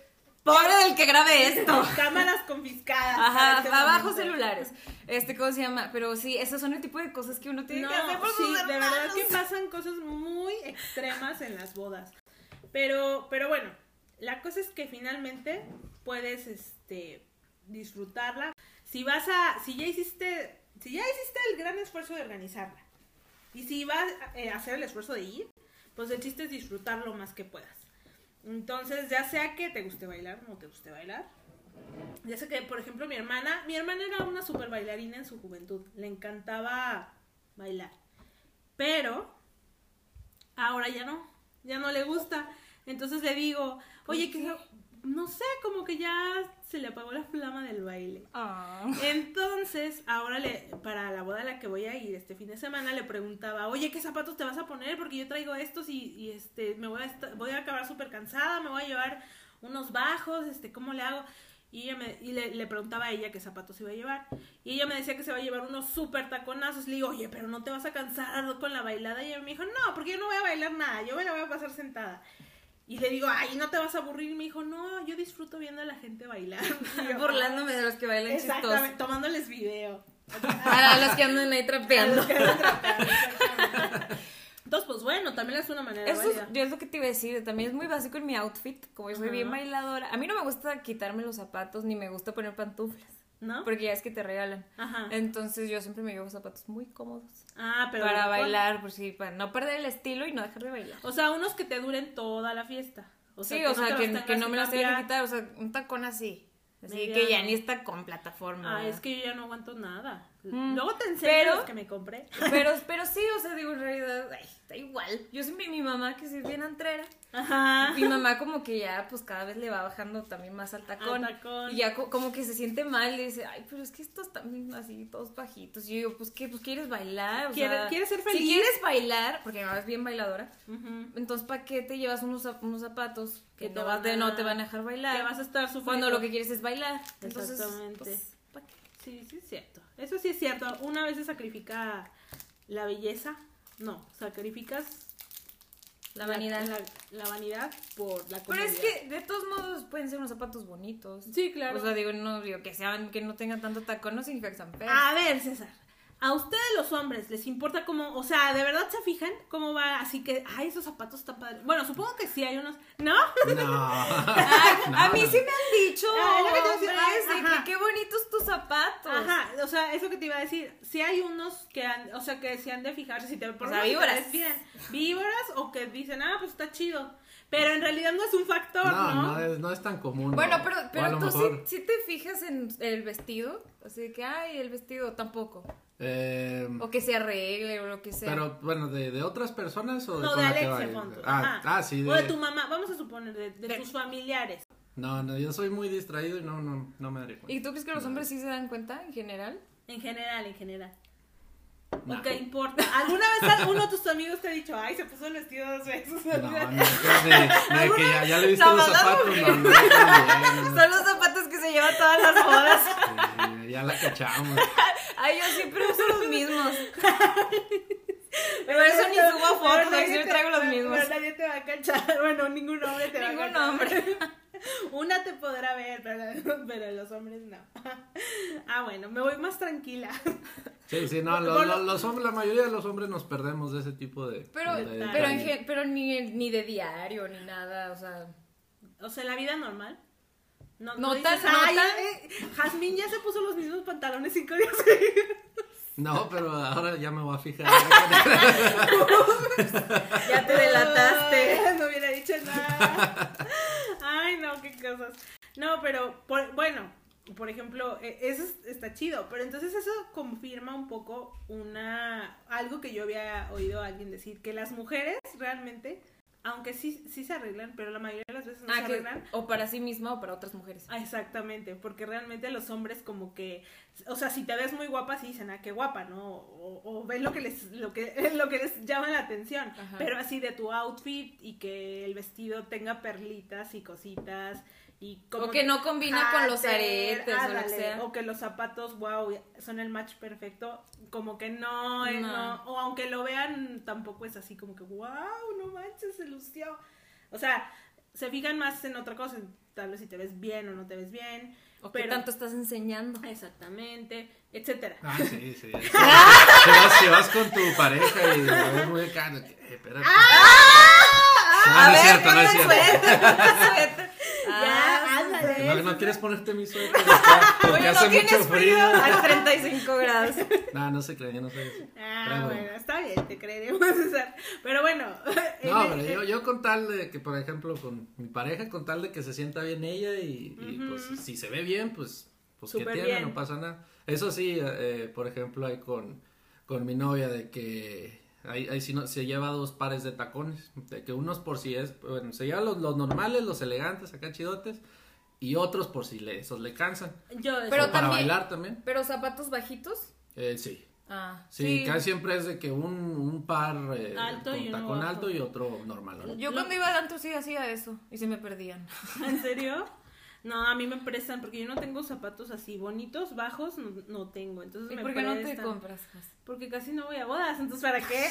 Pobre del que grabe esto. Cámaras confiscadas. Ajá, este abajo momento. celulares. Este, ¿cómo se llama? Pero sí, esos son el tipo de cosas que uno tiene No, que hacer por sí, sus de hermanos. verdad que pasan cosas muy extremas en las bodas. Pero, pero bueno, la cosa es que finalmente puedes, este, disfrutarla. Si vas a, si ya hiciste, si ya hiciste el gran esfuerzo de organizarla, y si vas a hacer el esfuerzo de ir, pues el chiste es disfrutar lo más que puedas. Entonces, ya sea que te guste bailar o no te guste bailar. Ya sé que, por ejemplo, mi hermana, mi hermana era una super bailarina en su juventud. Le encantaba bailar. Pero ahora ya no, ya no le gusta. Entonces le digo, oye, que no sé, como que ya se le apagó la flama del baile. Ah. Entonces, ahora le, para la boda a la que voy a ir este fin de semana, le preguntaba, oye, ¿qué zapatos te vas a poner? Porque yo traigo estos y, y este, me voy a, esta- voy a acabar súper cansada, me voy a llevar unos bajos, este, ¿cómo le hago? Y, ella me, y le, le preguntaba a ella qué zapatos iba a llevar. Y ella me decía que se va a llevar unos súper taconazos. Le digo, oye, pero no te vas a cansar con la bailada. Y ella me dijo, no, porque yo no voy a bailar nada, yo me la voy a pasar sentada. Y le digo, ay, ¿no te vas a aburrir? Y me dijo, no, yo disfruto viendo a la gente bailar. Y yo, Burlándome de los que bailan chistosos. exactamente, tomándoles video. A los que andan ahí A trapeando. los que andan tratando, exactamente. Entonces, pues bueno, también es una manera Eso válida. es, yo es lo que te iba a decir, también es muy básico en mi outfit, como yo soy Ajá. bien bailadora. A mí no me gusta quitarme los zapatos, ni me gusta poner pantuflas, ¿No? porque ya es que te regalan. Ajá. Entonces yo siempre me llevo zapatos muy cómodos Ah, pero para ¿de cuál? bailar, pues sí, para no perder el estilo y no dejar de bailar. O sea, unos que te duren toda la fiesta. O sea, Sí, o no sea, te que, los que tengas no me las que tenga que cambiar. quitar, o sea, un tacón así. Así Mediano. que ya ni está con plataforma. Ah, ¿verdad? es que yo ya no aguanto nada. Mm. Luego te enseño Pero- los que me compré. Pero, pero sí, o sea, digo, en realidad, ay, da igual. Yo siempre, mi mamá, que sí es bien antrera, Ajá. mi mamá como que ya, pues cada vez le va bajando también más al tacón. Al tacón. Y ya co- como que se siente mal y dice, ay, pero es que estos también así, todos bajitos. Y yo digo, pues qué, pues quieres bailar. O ¿Quieres- sea, quieres ser Si feliz? quieres bailar, porque mi mamá es bien bailadora, Ujú. entonces ¿para qué te llevas unos, zap- unos zapatos que Que te no, van te, a- no te van a dejar bailar? Que vas a estar sufriendo. Cuando lo que quieres es bailar. Entonces, Exactamente. pues, ¿pa' qué? Sí, sí es cierto. Eso sí es cierto. Una vez se sacrifica la belleza. No, sacrificas La vanidad. La, la vanidad por la Pero comodidad. es que de todos modos pueden ser unos zapatos bonitos. Sí, claro. O sea, digo, no digo que sean, que no tengan tanto tacón, no significa que sean feos. A ver, César. ¿A ustedes los hombres les importa cómo, o sea, de verdad se fijan cómo va? Así que, ay, esos zapatos están padres. Bueno, supongo que sí hay unos, ¿no? No. Ay, No, a mí no. sí me han dicho, Ah, es lo que te iba a decir. hombres, Ay, de ajá. que qué bonitos tus zapatos. Ajá, o sea, eso que te iba a decir, sí hay unos que han, o sea, que sí han de fijarse si te por O sea, lo menos te víboras. ves bien. Víboras o que dicen, ah, pues está chido. Pero en realidad no es un factor, ¿no? No, no es, no es tan común. Bueno, ¿no? pero, O a pero lo tú mejor, sí, sí te fijas en el vestido, así de que, ay, el vestido tampoco. eh, O que se arregle o lo que sea. pero bueno, ¿de, de otras personas o de No, con de la que Alexia, baila? pon tú. Ah, Ajá. ah, sí, de, O de tu mamá, vamos a suponer, de, de De- tus familiares. No, no, yo soy muy distraído y no, no, no me daré cuenta. ¿Y tú crees que los hombres sí se dan cuenta en general? En general, en general. No. ¿O qué importa? ¿Alguna vez alguno de tus amigos te ha dicho, ay, se puso el vestido dos veces? No, no, de, de que ya, ya le viste No, los no, no, zapatos, no. no, no, no, no, Son los zapatos que se llevan todas las bodas. sí, ya la cachamos. Ay, yo siempre uso los mismos. Pero eso ni subo Pero fotos, yo nadie siempre te- traigo los pero- mismos. Pero nadie te va a cachar. Bueno, ningún hombre te va a Ningún cachar. hombre. Una te podrá ver, pero, pero los hombres no. Ah, bueno, me voy más tranquila. Sí, sí, no, los, Bueno. los, los hombres, la mayoría de los hombres nos perdemos de ese tipo de. Pero, de Pero pero, en detalles. gen- pero ni, ni de diario, ni nada, o sea. O sea, en la vida normal. No, No no tan- dices, no ay, tan- eh, Jazmín ya se puso los mismos pantalones cinco días seguidos. No, pero ahora ya me voy a fijar. Ya te delataste. No hubiera dicho nada. Ay, no, qué cosas. No, pero, por- bueno, por ejemplo, eh, eso es- está chido. Pero entonces eso confirma un poco una algo que yo había oído a alguien decir, que las mujeres realmente, aunque sí, sí se arreglan, pero la mayoría de las veces no se Ah, que, arreglan. o para sí misma o para otras mujeres. Ah, exactamente, porque realmente los hombres como que, o sea, si te ves muy guapa, sí dicen, ah, qué guapa, ¿no? O, o ven lo que les, lo que, lo que les llama la atención, Ajá. pero así de tu outfit y que el vestido tenga perlitas y cositas y como O que no combina con los Ándale, aretes o lo que ándale, sea. o que los zapatos, wow, son el match perfecto, como que no, eh, No. no, o aunque lo vean, tampoco es así como que, wow, no manches, se lució. O sea, se fijan más en otra cosa, tal vez si te ves bien o no te ves bien. O pero qué tanto estás enseñando. Exactamente, etcétera. Ah, sí, sí. Si vas, si vas con tu pareja y la ves muy caro, eh, espérate. ¡Ah! No, no es cierto, no es cierto. Ya, ándale. No, no quieres ponerte mi suéter está- porque Oye, hace ¿no tienes mucho frío. A treinta y cinco grados. No, no se cree, yo no soy eso. Ah, Pero- bueno, está bien, te creeremos, César. Pero bueno. No, en- pero en- yo, yo con tal de que, por ejemplo, con mi pareja, con tal de que se sienta bien ella y, y, Ujú. pues si se ve bien, pues, pues que Súper tiene, bien. no pasa nada. Eso sí, eh, por ejemplo, hay con, con mi novia de que ahí, ahí sí no, se lleva dos pares de tacones, de que unos por si es, bueno, se lleva los, los normales, los elegantes, acá chidotes, y otros por si le, esos le cansan. Yo, Pero O para también- bailar también, ¿Pero zapatos bajitos? eh, sí. Ah, Sí, casi siempre es de que un, un par eh, Alto y con uno tacón bajo. alto y otro normal, ¿no? Yo Lo- cuando iba a Danto sí hacía eso y se me perdían. ¿En serio? No, a mí me prestan porque yo no tengo zapatos así bonitos, bajos, no, no tengo. Entonces ¿Y me por qué no te prestan. compras? Porque casi no voy a bodas, entonces ¿para qué?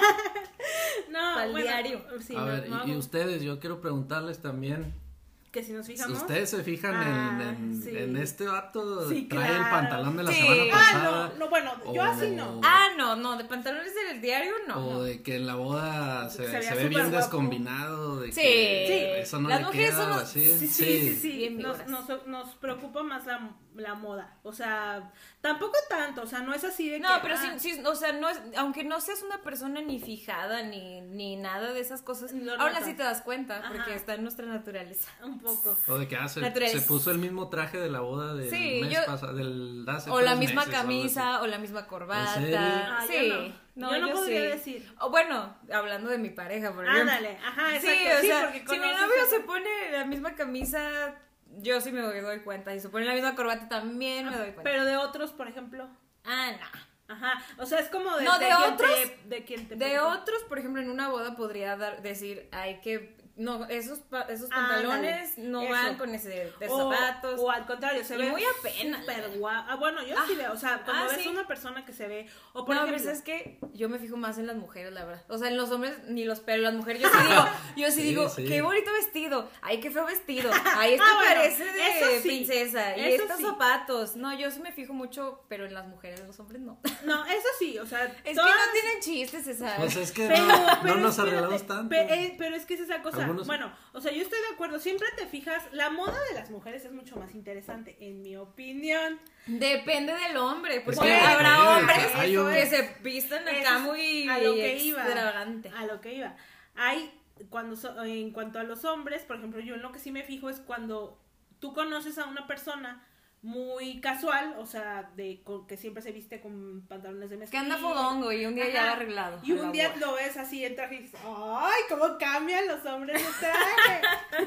No, Pa'l bueno, diario. sí, a no, ver, no y, y hago- ustedes, yo quiero preguntarles también, que si nos fijamos. ¿ustedes se fijan Ah, en, en, sí. en este vato? Sí, ¿Trae el claro. pantalón de la Sí. semana Ah, pasada? no, no, bueno, yo así no. O- Ah, no, no, de pantalones del diario no. O no. de que en la boda se, Se veía se ve súper bien guapo. descombinado, de Sí. que Sí. eso no Las le mujeres queda o somos- así. Sí, sí, sí, sí. Bien Nos, vibras. nos, nos preocupa más la, la moda. O sea, tampoco tanto, o sea, no es así de No, que, pero ah, sí, sí, o sea, no es, aunque no seas una persona ni fijada ni, ni nada de esas cosas, Lo aún notas. así te das cuenta, Ajá. porque está en nuestra naturaleza. un poco. O de que ah, se, Naturales. se puso el mismo traje de la boda del Sí, mes yo- pasado, del hace O la tres misma meses o algo así. camisa, o la misma ¿En serio? corbata. Ah, Sí, yo no. Yo no podría sí. decir. O bueno, hablando de mi pareja, por ejemplo. Ándale, ajá, Sí, exacto. o Sí, sea, porque si mi conoces novio a- se pone la misma camisa, yo sí me doy, doy cuenta. Y se pone la misma corbata, también me doy cuenta. Pero de otros, por ejemplo. Ah, no. Ajá, o sea, es como de, No, de quien otros, te- de quien te De preocupa. otros, por ejemplo, en una boda podría dar, decir, ay, que no, esos, pa- esos Ándale, pantalones no eso. van con ese de O- zapatos. O, al contrario, se Y ve muy apenas. súper guapa. Ah, bueno, yo Ah, sí veo, o sea, cuando ah, ves sí. una persona que se ve, o por No, ejemplo, pero es que yo me fijo más en las mujeres, la verdad. O sea, en los hombres ni los pero las mujeres yo sí digo, yo sí, Sí, digo, sí. qué bonito vestido, ay, qué feo vestido, ay, este Ah, bueno, parece de eso sí, princesa, y eso estos sí. zapatos. No, yo sí me fijo mucho, pero en las mujeres, en los hombres no. no, eso sí, o sea, Es todas- que no tienen chistes, esa. Pues es que Pero, no, no pero nos espérate, arreglamos tanto. pe- eh, pero es que es esa cosa. Algunos- Bueno, o sea, yo estoy de acuerdo. Siempre te fijas, la moda de las mujeres es mucho más interesante, en mi opinión. Depende del hombre, porque que habrá depende, hombres hay un- que se vistan Eso acá es muy a lo que iba. extravagante. A lo que iba. Hay, cuando so- en cuanto a los hombres, por ejemplo, yo en lo que sí me fijo es cuando tú conoces a una persona muy casual, o sea, de con- que siempre se viste con pantalones de Que mezclilla. anda fodongo y un día ya Ajá. va arreglado. Y a un la día boda. lo ves así en traje y dices, ¡ay, cómo cambian los hombres de traje!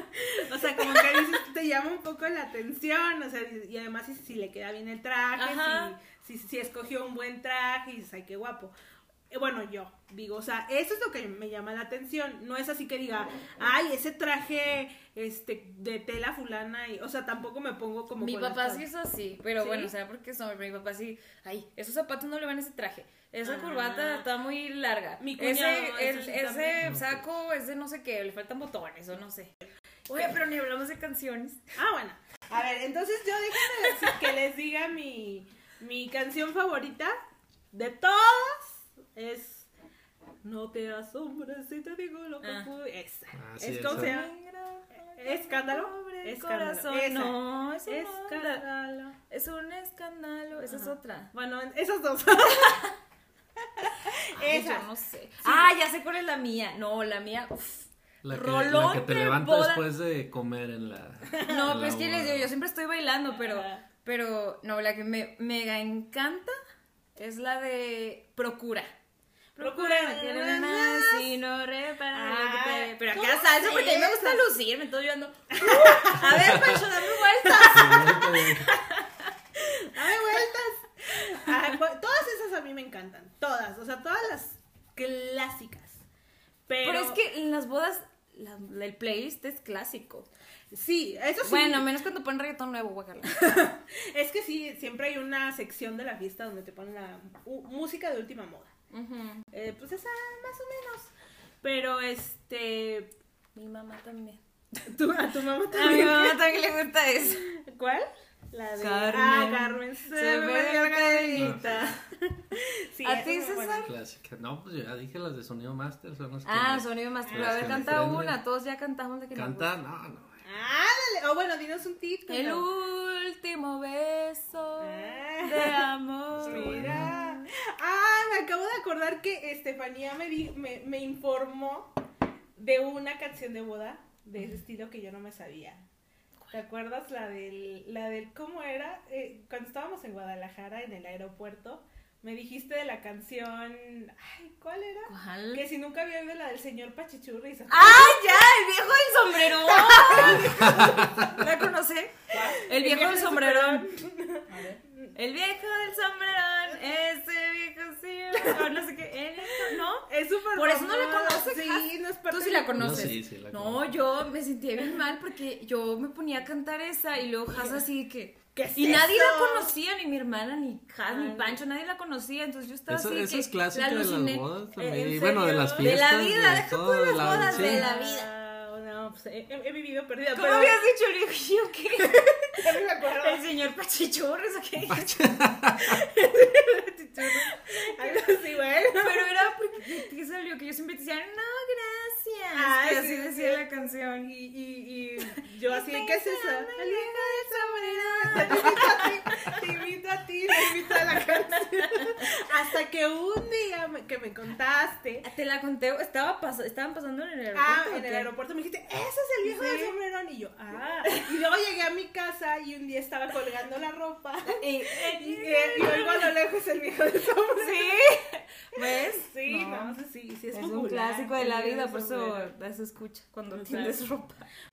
O sea, como que dices, te llama un poco la atención, o sea, y además si, si le queda bien el traje, Ajá. si, si, si escogió un buen traje y dices, ¡ay, qué guapo! Eh, Bueno, yo digo, o sea, eso es lo que me llama la atención. No es así que diga, ay, ese traje este de tela fulana. Y, o sea, tampoco me pongo como. Mi con papá las- sí es así, pero ¿Sí? bueno, o sea, porque son, mi papá sí, ay, esos zapatos no le van a ese traje, esa Ah. corbata está muy larga, Mi cuñado, ese, el- eso sí ese también. saco es de no sé qué, le faltan botones o no sé. Oye, pero ni hablamos de canciones. Ah, bueno. A ver, entonces yo déjenme decir que les diga mi, mi canción favorita de todas. Es No te asombres si te digo lo que Ah. fue. Esa. Ah, sí, es como esa. se llama. ¿Escándalo? Pobre Escándalo. corazón, Esa. no, eso no. Escándalo. Es un escándalo, esa es Ajá. otra. Bueno, esas dos. Ay, Esa. yo no sé. Ah, ya sé cuál es la mía. No, la mía, uff. La que, Rolón la que te de levanta boda. después de comer en la. No, en pero es la que les boda. digo, yo siempre estoy bailando, pero, Ajá. pero, no, la que me mega encanta es la de Procura. Procura. Tiene más y no repara lo que te- Ah, Pero ¿cómo acá salsa, sé porque a mí me gusta esas? lucirme, entonces yo ando, "Uh, a ver, Pancho, dame vueltas". ¡Dame vueltas! Ah, bu- todas esas a mí me encantan. Todas. O sea, todas las clásicas. Pero, Pero es que en las bodas, la- el playlist es clásico. Sí, eso sí. Bueno, menos cuando ponen reggaetón nuevo, guacarla. Es que sí, siempre hay una sección de la fiesta donde te ponen la u- música de última moda. Eh, pues esa, más o menos. Pero este. Mi mamá también. ¿Tú, a tu mamá A mi también. mamá también le gusta eso. ¿Cuál? La de Carmen. Ah, Carmen se, Se me me perdió la cadenita. cadenita. Sí, ¿A esa ti, es muy buena. César? Clásica. No, pues ya dije las de Sonido Master, son las que Ah, me- sonido más. Pero Ah, a ver, sí, canta prenden. una. Todos ya cantamos de que nos Canta, no, no. Ah, dale. Oh, bueno, dinos un título. El último beso Ah. de amor. Mira. Ah, me acabo de acordar que Estefanía me, di- me, me informó de una canción de boda de ese estilo que yo no me sabía. ¿Te acuerdas la del, la del, cómo era? Eh, cuando estábamos en Guadalajara, en el aeropuerto, me dijiste de la canción, ay, ¿cuál era? ¿Cuál? Que si nunca había oído la del señor Pachichurri. ¿Se ¡Ah, ya! ¡El viejo del sombrerón! ¿La conoce? El viejo del sombrerón. El viejo del sombrerón, ese viejo sí, o no sé qué, el viejo, ¿no? Es súper Por eso no la famosa. conoces, Sí, Has. no es parte Tú sí de- la conoces. Yo sí, sí la No, conozco. yo me sentía bien mal porque yo me ponía a cantar esa y luego Has así que... ¿Qué es Y nadie eso? la conocía, ni mi hermana, ni Has, ni Ay. Pancho, nadie la conocía, entonces yo estaba Esa, así esa que es clásica la de las aluciné. bodas ¿En también. Y bueno, de serio? las De la fiestas. vida, deja todo, tú de las la- bodas, sí. de la vida. Ah, no, pues he, he vivido perdida. ¿Cómo pero habías dicho? Le dije, ¿yo qué? ya no me acuerdo. El señor Pachichurres, ¿o qué? Algo así, bueno. Pero era porque ¿qué salió? Que yo siempre te decía, no, gracias. Ah, que sí, así sí, decía sí. la canción. Y, y, y yo así, ¿qué es eso? Pensando en El el viejo del sombrero. Te invito a ti, te invito a la canción. Hasta que un día me- que me contaste. Te la conté, estaba pas estaban pasando en el aeropuerto. Ah, ¿o en el qué? aeropuerto me dijiste, ese es el viejo Sí. del sombrerón. Y yo, ah. Y luego llegué a mi casa y un día estaba colgando la ropa. Y, Y, eh, y oigo a lo lejos el viejo del sombrero. sí. ¿Ves? Sí, no, sí, sí, sí, es, Es un popular, clásico de la el viejo vida, del por eso sombrero. se escucha cuando Exacto. tienes ropa.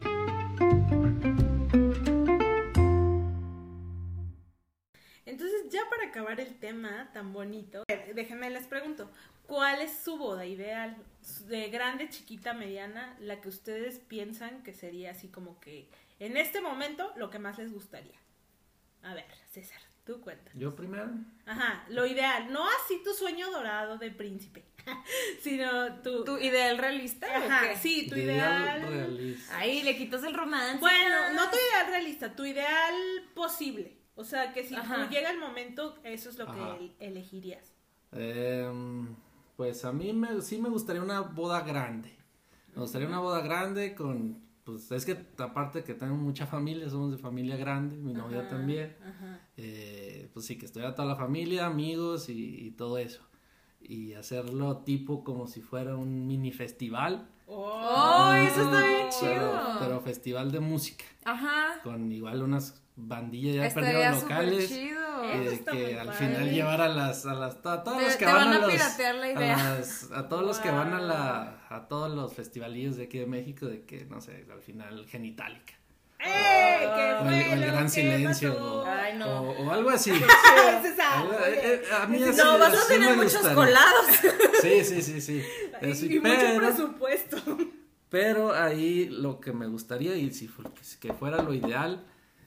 Entonces, ya para acabar el tema tan bonito, eh, déjenme les pregunto, ¿cuál es su boda ideal? De grande, chiquita, mediana, la que ustedes piensan que sería así como que en este momento lo que más les gustaría. A ver, César, tú cuenta. Yo primero. Ajá, lo ideal, no así tu sueño dorado de príncipe, sino tu... ¿Tu ideal realista? o Ajá, qué? sí, tu de ideal... realista. Ahí le quitas el romance. Bueno, no tu ideal realista, tu ideal posible. O sea, que si Ajá. tú llega el momento, eso es lo Ajá. que el- elegirías. Em, pues a mí me, sí me gustaría una boda grande. Me gustaría una boda grande con, pues es que aparte que tengo mucha familia, somos de familia grande, mi novia Ajá, también. Ajá. Eh, pues sí, que estuviera toda la familia, amigos y, y todo eso. Y hacerlo tipo como si fuera un mini festival. ¡Oh, eso está bien Pero- chido! Pero, festival de música. Ajá. Con igual unas bandillas ya Estaría perdidas súper locales. chido. eh, Eso está muy que al padre. final llevar a las a las a todos Te- los que te van, van a los piratear la idea. a, las- a todos los que van a Wow. la a todos los festivalillos de aquí de México de que no sé al final Genitalica ¡Ey! ¿Qué o el, fue o el lo gran que silencio pasó? o, Ay, no. o, o algo así. César, Algo- oye. eh, eh, a mí así- No, vas a así tener me muchos gustaría. colados. Sí, sí, sí, sí. Y, Así, y mucho pero, presupuesto. pero ahí lo que me gustaría y si fu- que fuera lo ideal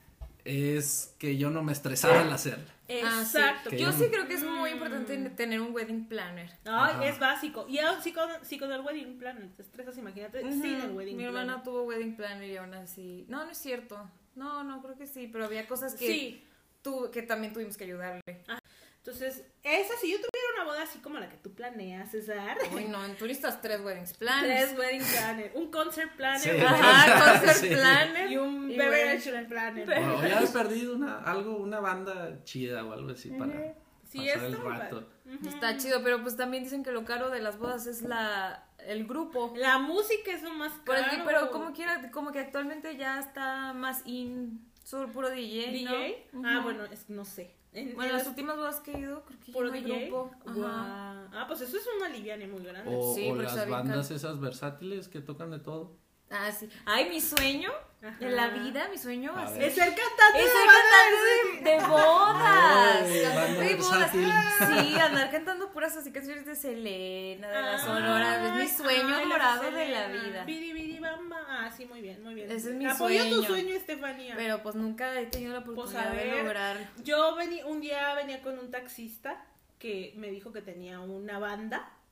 es que yo no me estresara al hacerla. Ah, sí. Exacto. Que Yo yo- sí creo que es muy importante tener un wedding planner. Ay, Ajá. es básico. Y aún sí con, sí con el wedding planner te estresas, imagínate, sin el wedding Mi planner. hermana tuvo wedding planner y aún así. No, no es cierto. No, no, creo que sí. Pero había cosas que, Sí. tu- que también tuvimos que ayudarle. Entonces, esa si yo tuviera una boda así como la que tú planeas, César. Uy, no, tú necesitas tres weddings planners. Tres wedding planner, un concert planner, Sí. un- Ajá, concert Sí. planner. y un Y beverage wedding- planner. O, o ya has perdido una, algo, una banda chida o algo así para Sí, pasar el está muy rato. padre. Ujú. Está chido, pero pues también dicen que lo caro de las bodas es la el grupo. La música es lo más Por caro. aquí, pero como quiera, como que actualmente ya está más in solo puro D J, D ¿no? J. Ah, Ujú. bueno, es, no sé. En, Bueno, en las los- últimas bodas que he ido, creo que ya puro no hay D J. grupo. Ajá. Guau. Ah, pues eso es una liviana muy grande. O, Sí, o porque las está bien bandas caro. esas versátiles que tocan de todo. Ah, sí. Ay, mi sueño Ajá. en la vida, mi sueño va A a ver. ser Es el cantante es de ser banda cantante de, de bodas. Ay, Cantante banda de bodas. versátil. Sí, andar cantando puras así canciones de Selena, de la Ay, Sonora. Es mi sueño ay, dorado las de la Selena. vida. Biri, biri, bamba. Ah, sí, muy bien, muy bien. Ese es mi Apoyo tu sueño. sueño, Estefanía. Pero pues nunca he tenido la Pues, oportunidad a de ver. lograr. Yo venía, un día venía con un taxista que me dijo que tenía una banda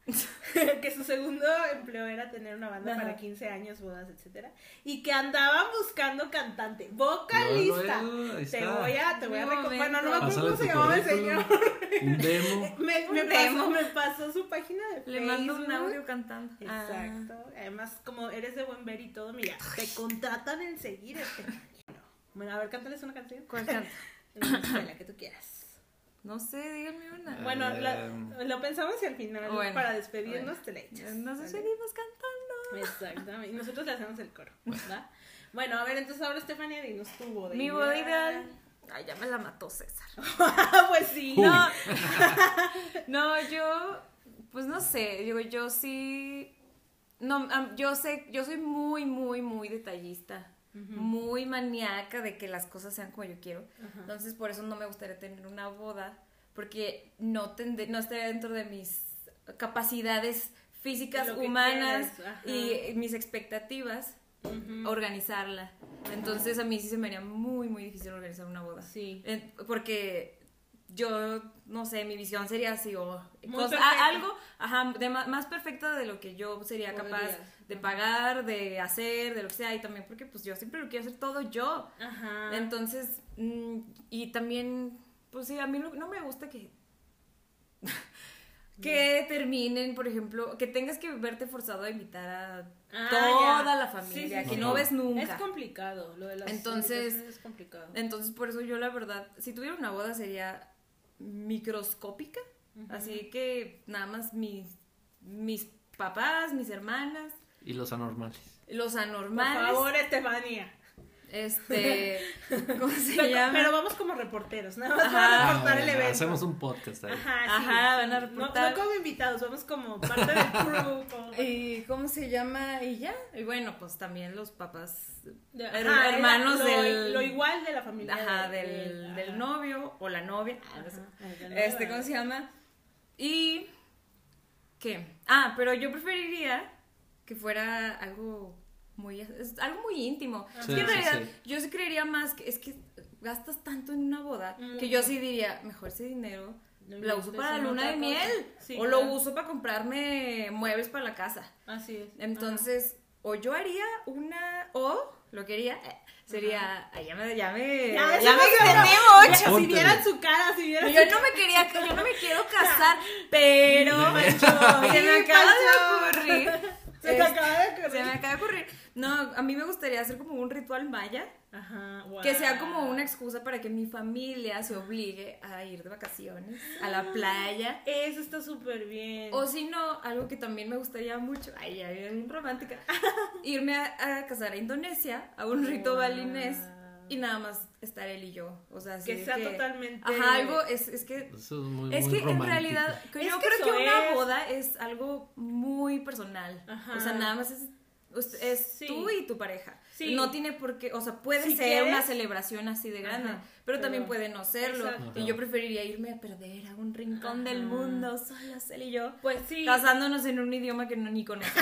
que su segundo empleo era tener una banda Ajá. para quince años, bodas, etcétera, y que andaban buscando cantante, vocalista. Luego, luego, ahí te está. voy a, te voy a Un recomendar, bueno, no me acuerdo Pásale cómo se tu llamaba el currículum. señor. Un demo. Me, me Un pasó, demo. me pasó su página de Le Facebook. mando un audio cantando. Exacto. Además, como eres de buen ver y todo, mira, te contratan enseguida. Bueno, a ver, cántales una canción. ¿Cuál canto? La que tú quieras. No sé, díganme una. Bueno, la- Em. lo pensamos y al final, Bueno, para despedirnos, bueno. te la echas. Nos ¿vale? seguimos cantando. Exactamente. Y nosotros le hacemos el coro, ¿verdad? Bueno, a ver, entonces ahora, Estefania, dinos tu boda. Mi boda ideal. Ay, ya me la mató César. Pues sí. Uy. No, no, yo, pues no sé, digo, yo sí, no, am- yo sé, yo soy muy, muy, muy detallista, muy maníaca de que las cosas sean como yo quiero, Ajá. entonces por eso no me gustaría tener una boda, porque no, tendré, no estaría dentro de mis capacidades físicas, Lo que humanas quieras, ajá. y mis expectativas, Ujú. organizarla. Entonces a mí sí se me haría muy, muy difícil organizar una boda. Sí. Eh, Porque yo, no sé, mi visión sería así, o Muy cosa- perfecta. a- algo ajá, de ma- más perfecta de lo que yo sería capaz Podrías. de pagar, de hacer, de lo que sea, y también porque pues yo siempre lo quiero hacer todo yo. Ajá. Entonces, mm, y también, pues sí, a mí no, no me gusta que... que terminen, por ejemplo, que tengas que verte forzado a invitar a Ah, toda ya. la familia, Sí, sí, que sí. no ves nunca. Es complicado lo de las Entonces- invitaciones es complicado. Entonces, por eso yo la verdad, si tuviera una boda sería microscópica, así que nada más mis, mis papás, mis hermanas, Y los anormales. los Por anormales, favor, Estefania. este, ¿cómo se Pero, llama? pero vamos como reporteros, nada más Ajá. para Ah, reportar el bueno, evento. hacemos un podcast ahí. Ajá, sí, Ajá, van a sí. reportar. No, no como invitados, vamos como parte del crew. como- ¿Y cómo se llama? Y ya, y bueno, pues también los papás, de- her- ajá, hermanos lo, del... lo igual de la familia. Ajá, de- del, ajá. del novio o la novia, ah, no sé. Ajá, del novio, Este, ¿cómo se llama? Y... ¿Qué? Ah, pero yo preferiría que fuera algo muy... Es algo muy íntimo. Sí, es que en sí, realidad sí. yo sí creería más que... Es que gastas tanto en una boda Mm. que yo sí diría, mejor ese dinero Lo la uso inviertes para la en luna otra de cosa. miel. Sí, o lo claro. uso para comprarme muebles para la casa. Así es. Entonces, o yo haría una... O lo que haría... eh, sería... Ay, ya me... Ya me, Ya, ya eso me no extendí suena- mucho. Si Póntele. vieran su cara, si vieran Yo su no me quería, yo no me quiero casar, pero De hecho. se me Sí, acaba Pancho. de ocurrir. Se te Este, acaba de ocurrir. se me acaba de ocurrir. No, a mí me gustaría hacer como un ritual maya Ajá, wow. que sea como una excusa para que mi familia se obligue a ir de vacaciones a la playa. Eso está súper bien. O si no, algo que también me gustaría mucho, ay, ay, ay, bien romántica, irme a, a casar a Indonesia, a un rito Wow. balinés y nada más estar él y yo. O sea, así Que de sea totalmente- Ajá, algo, es, es que Eso es muy, es muy que en romántico. realidad, que Es yo que creo que eso una es. boda es algo muy personal. Ajá. O sea, nada más es, us- es Sí. tú y tu pareja. Sí. No tiene por qué, o sea, puede Si ser quieres. una celebración así de grande, Ajá, pero también pero- puede no serlo. Exacto. Y yo preferiría irme a perder a un rincón del Ajá. mundo, solos él y yo. Pues sí. Casándonos en un idioma que no ni conozco.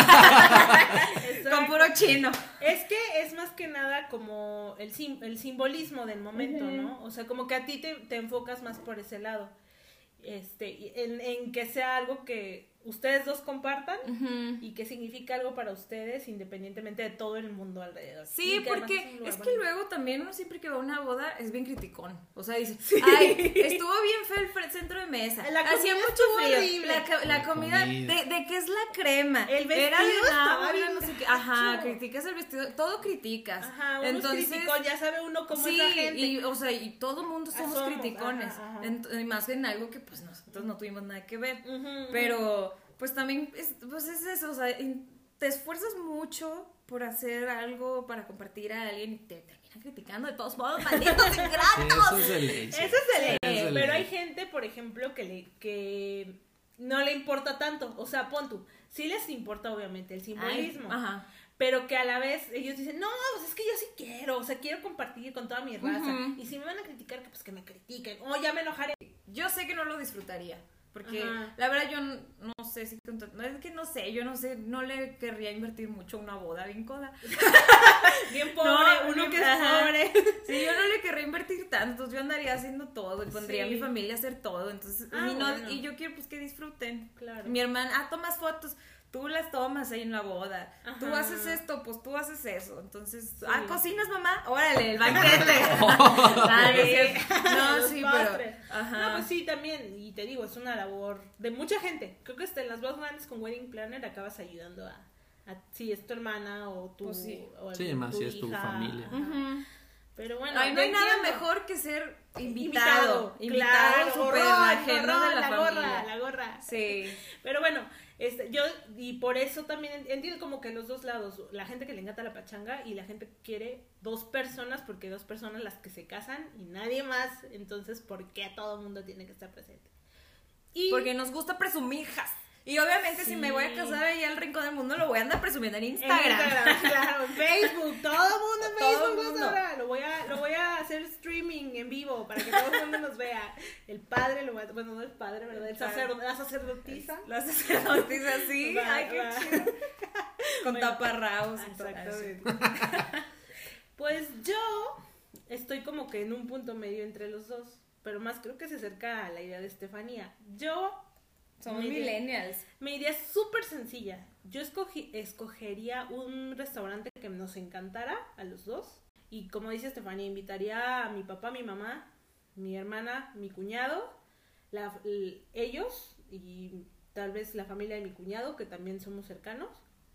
Exacto. Con puro chino. Es que es más que nada como el, sim- el simbolismo del momento, ¿no? O sea, como que a ti te, te enfocas más por ese lado. Este, y en, en que sea algo que ustedes dos compartan Ujú. y que significa algo para ustedes independientemente de todo el mundo alrededor. Sí, Y que además porque un lugar es que bonito. luego también uno siempre que va a una boda es bien criticón. O sea, dice, ay, estuvo bien feo el fre- centro de mesa. La Hacía comida mucho estuvo frío. horrible. La, ca- la La comida, comida. De, ¿de qué es la crema? El Era de vestido estaba nada, bien no sé qué. Ajá, gacho. criticas el vestido, todo criticas. Ajá, uno Entonces, es criticón, ya sabe uno cómo sí, es la gente. y o sea, y todo mundo Ah, somos, somos, criticones. ajá, ajá. Ent- y más en algo que pues nosotros no tuvimos nada que ver. Ujú, ujú. Pero, pues también, es, pues es eso, o sea, in- te esfuerzas mucho por hacer algo para compartir a alguien y te terminan criticando de todos modos, malditos Sí, ingratos. eso es de ley. sí. Eso es de ley, Eso es de pero ley. hay gente, por ejemplo, que le que no le importa tanto, o sea, pon tú, sí les importa obviamente el simbolismo, Ay, ajá. pero que a la vez ellos dicen, no, pues es que yo sí quiero, o sea, quiero compartir con toda mi raza, Ujú. y si me van a criticar, que pues que me critiquen, o ya me enojaré. Yo sé que no lo disfrutaría, porque Ajá. la verdad yo n- no sé si con to- no es que no sé, yo no sé, no le querría invertir mucho a una boda bien coda. Bien pobre, No, uno bien- que es ajá. pobre. Sí, yo no le querría invertir tanto, entonces yo andaría haciendo todo y pondría Sí. a mi familia a hacer todo, entonces Ah, y, no- bueno. y yo quiero pues que disfruten. Claro. Mi hermana, ah, tomas fotos, tú las tomas ahí en la boda, tú Ajá. haces esto, pues tú haces eso, entonces, Sí. ah, cocinas mamá, órale, el banquete. Ah, no, es cierto. No, Los sí, postres. pero, ajá. No, pues sí, también, y te digo, es una labor de mucha gente. Creo que hasta en las bodas grandes con Wedding Planner acabas ayudando a, a si es tu hermana o tu, Pues sí. o Sí, tu más si es tu hija. familia. Ajá. Ujú. Pero bueno, Ay, no yo hay nada entiendo. mejor que ser invitado. Invitado, claro, súper gorrón, ajeno de gorrón, la, la familia. gorra, la gorra. Sí. Pero bueno, este, yo, y por eso también en- entiendo como que los dos lados, la gente que le encanta la pachanga y la gente que quiere dos personas, porque dos personas las que se casan y nadie más, entonces, ¿por qué todo el mundo tiene que estar presente? Y Porque nos gusta presumir, jas. Y obviamente Sí. si me voy a casar allá al rincón del mundo, lo voy a andar presumiendo en en Instagram. Instagram, claro, en Facebook, todo el mundo en Todo el Facebook lo mundo. sabrá. Lo voy a, lo voy a hacer streaming en vivo para que todo el mundo nos vea. El padre lo va a, bueno, no el padre, ¿verdad? El sacerdote, la sacerdotisa. La sacerdotisa así, Va, ay, qué va. chido. Con Bueno, taparrabos y todo. Exactamente. Pues yo estoy como que en un punto medio entre los dos, pero más creo que se acerca a la idea de Estefanía. Yo Somos me iría- millennials. Me iría súper sencilla. Yo escogí, escogería un restaurante que nos encantara a los dos. Y como dice Estefanía, invitaría a mi papá, mi mamá, mi hermana, mi cuñado, la- l- ellos y tal vez la familia de mi cuñado, que también somos cercanos.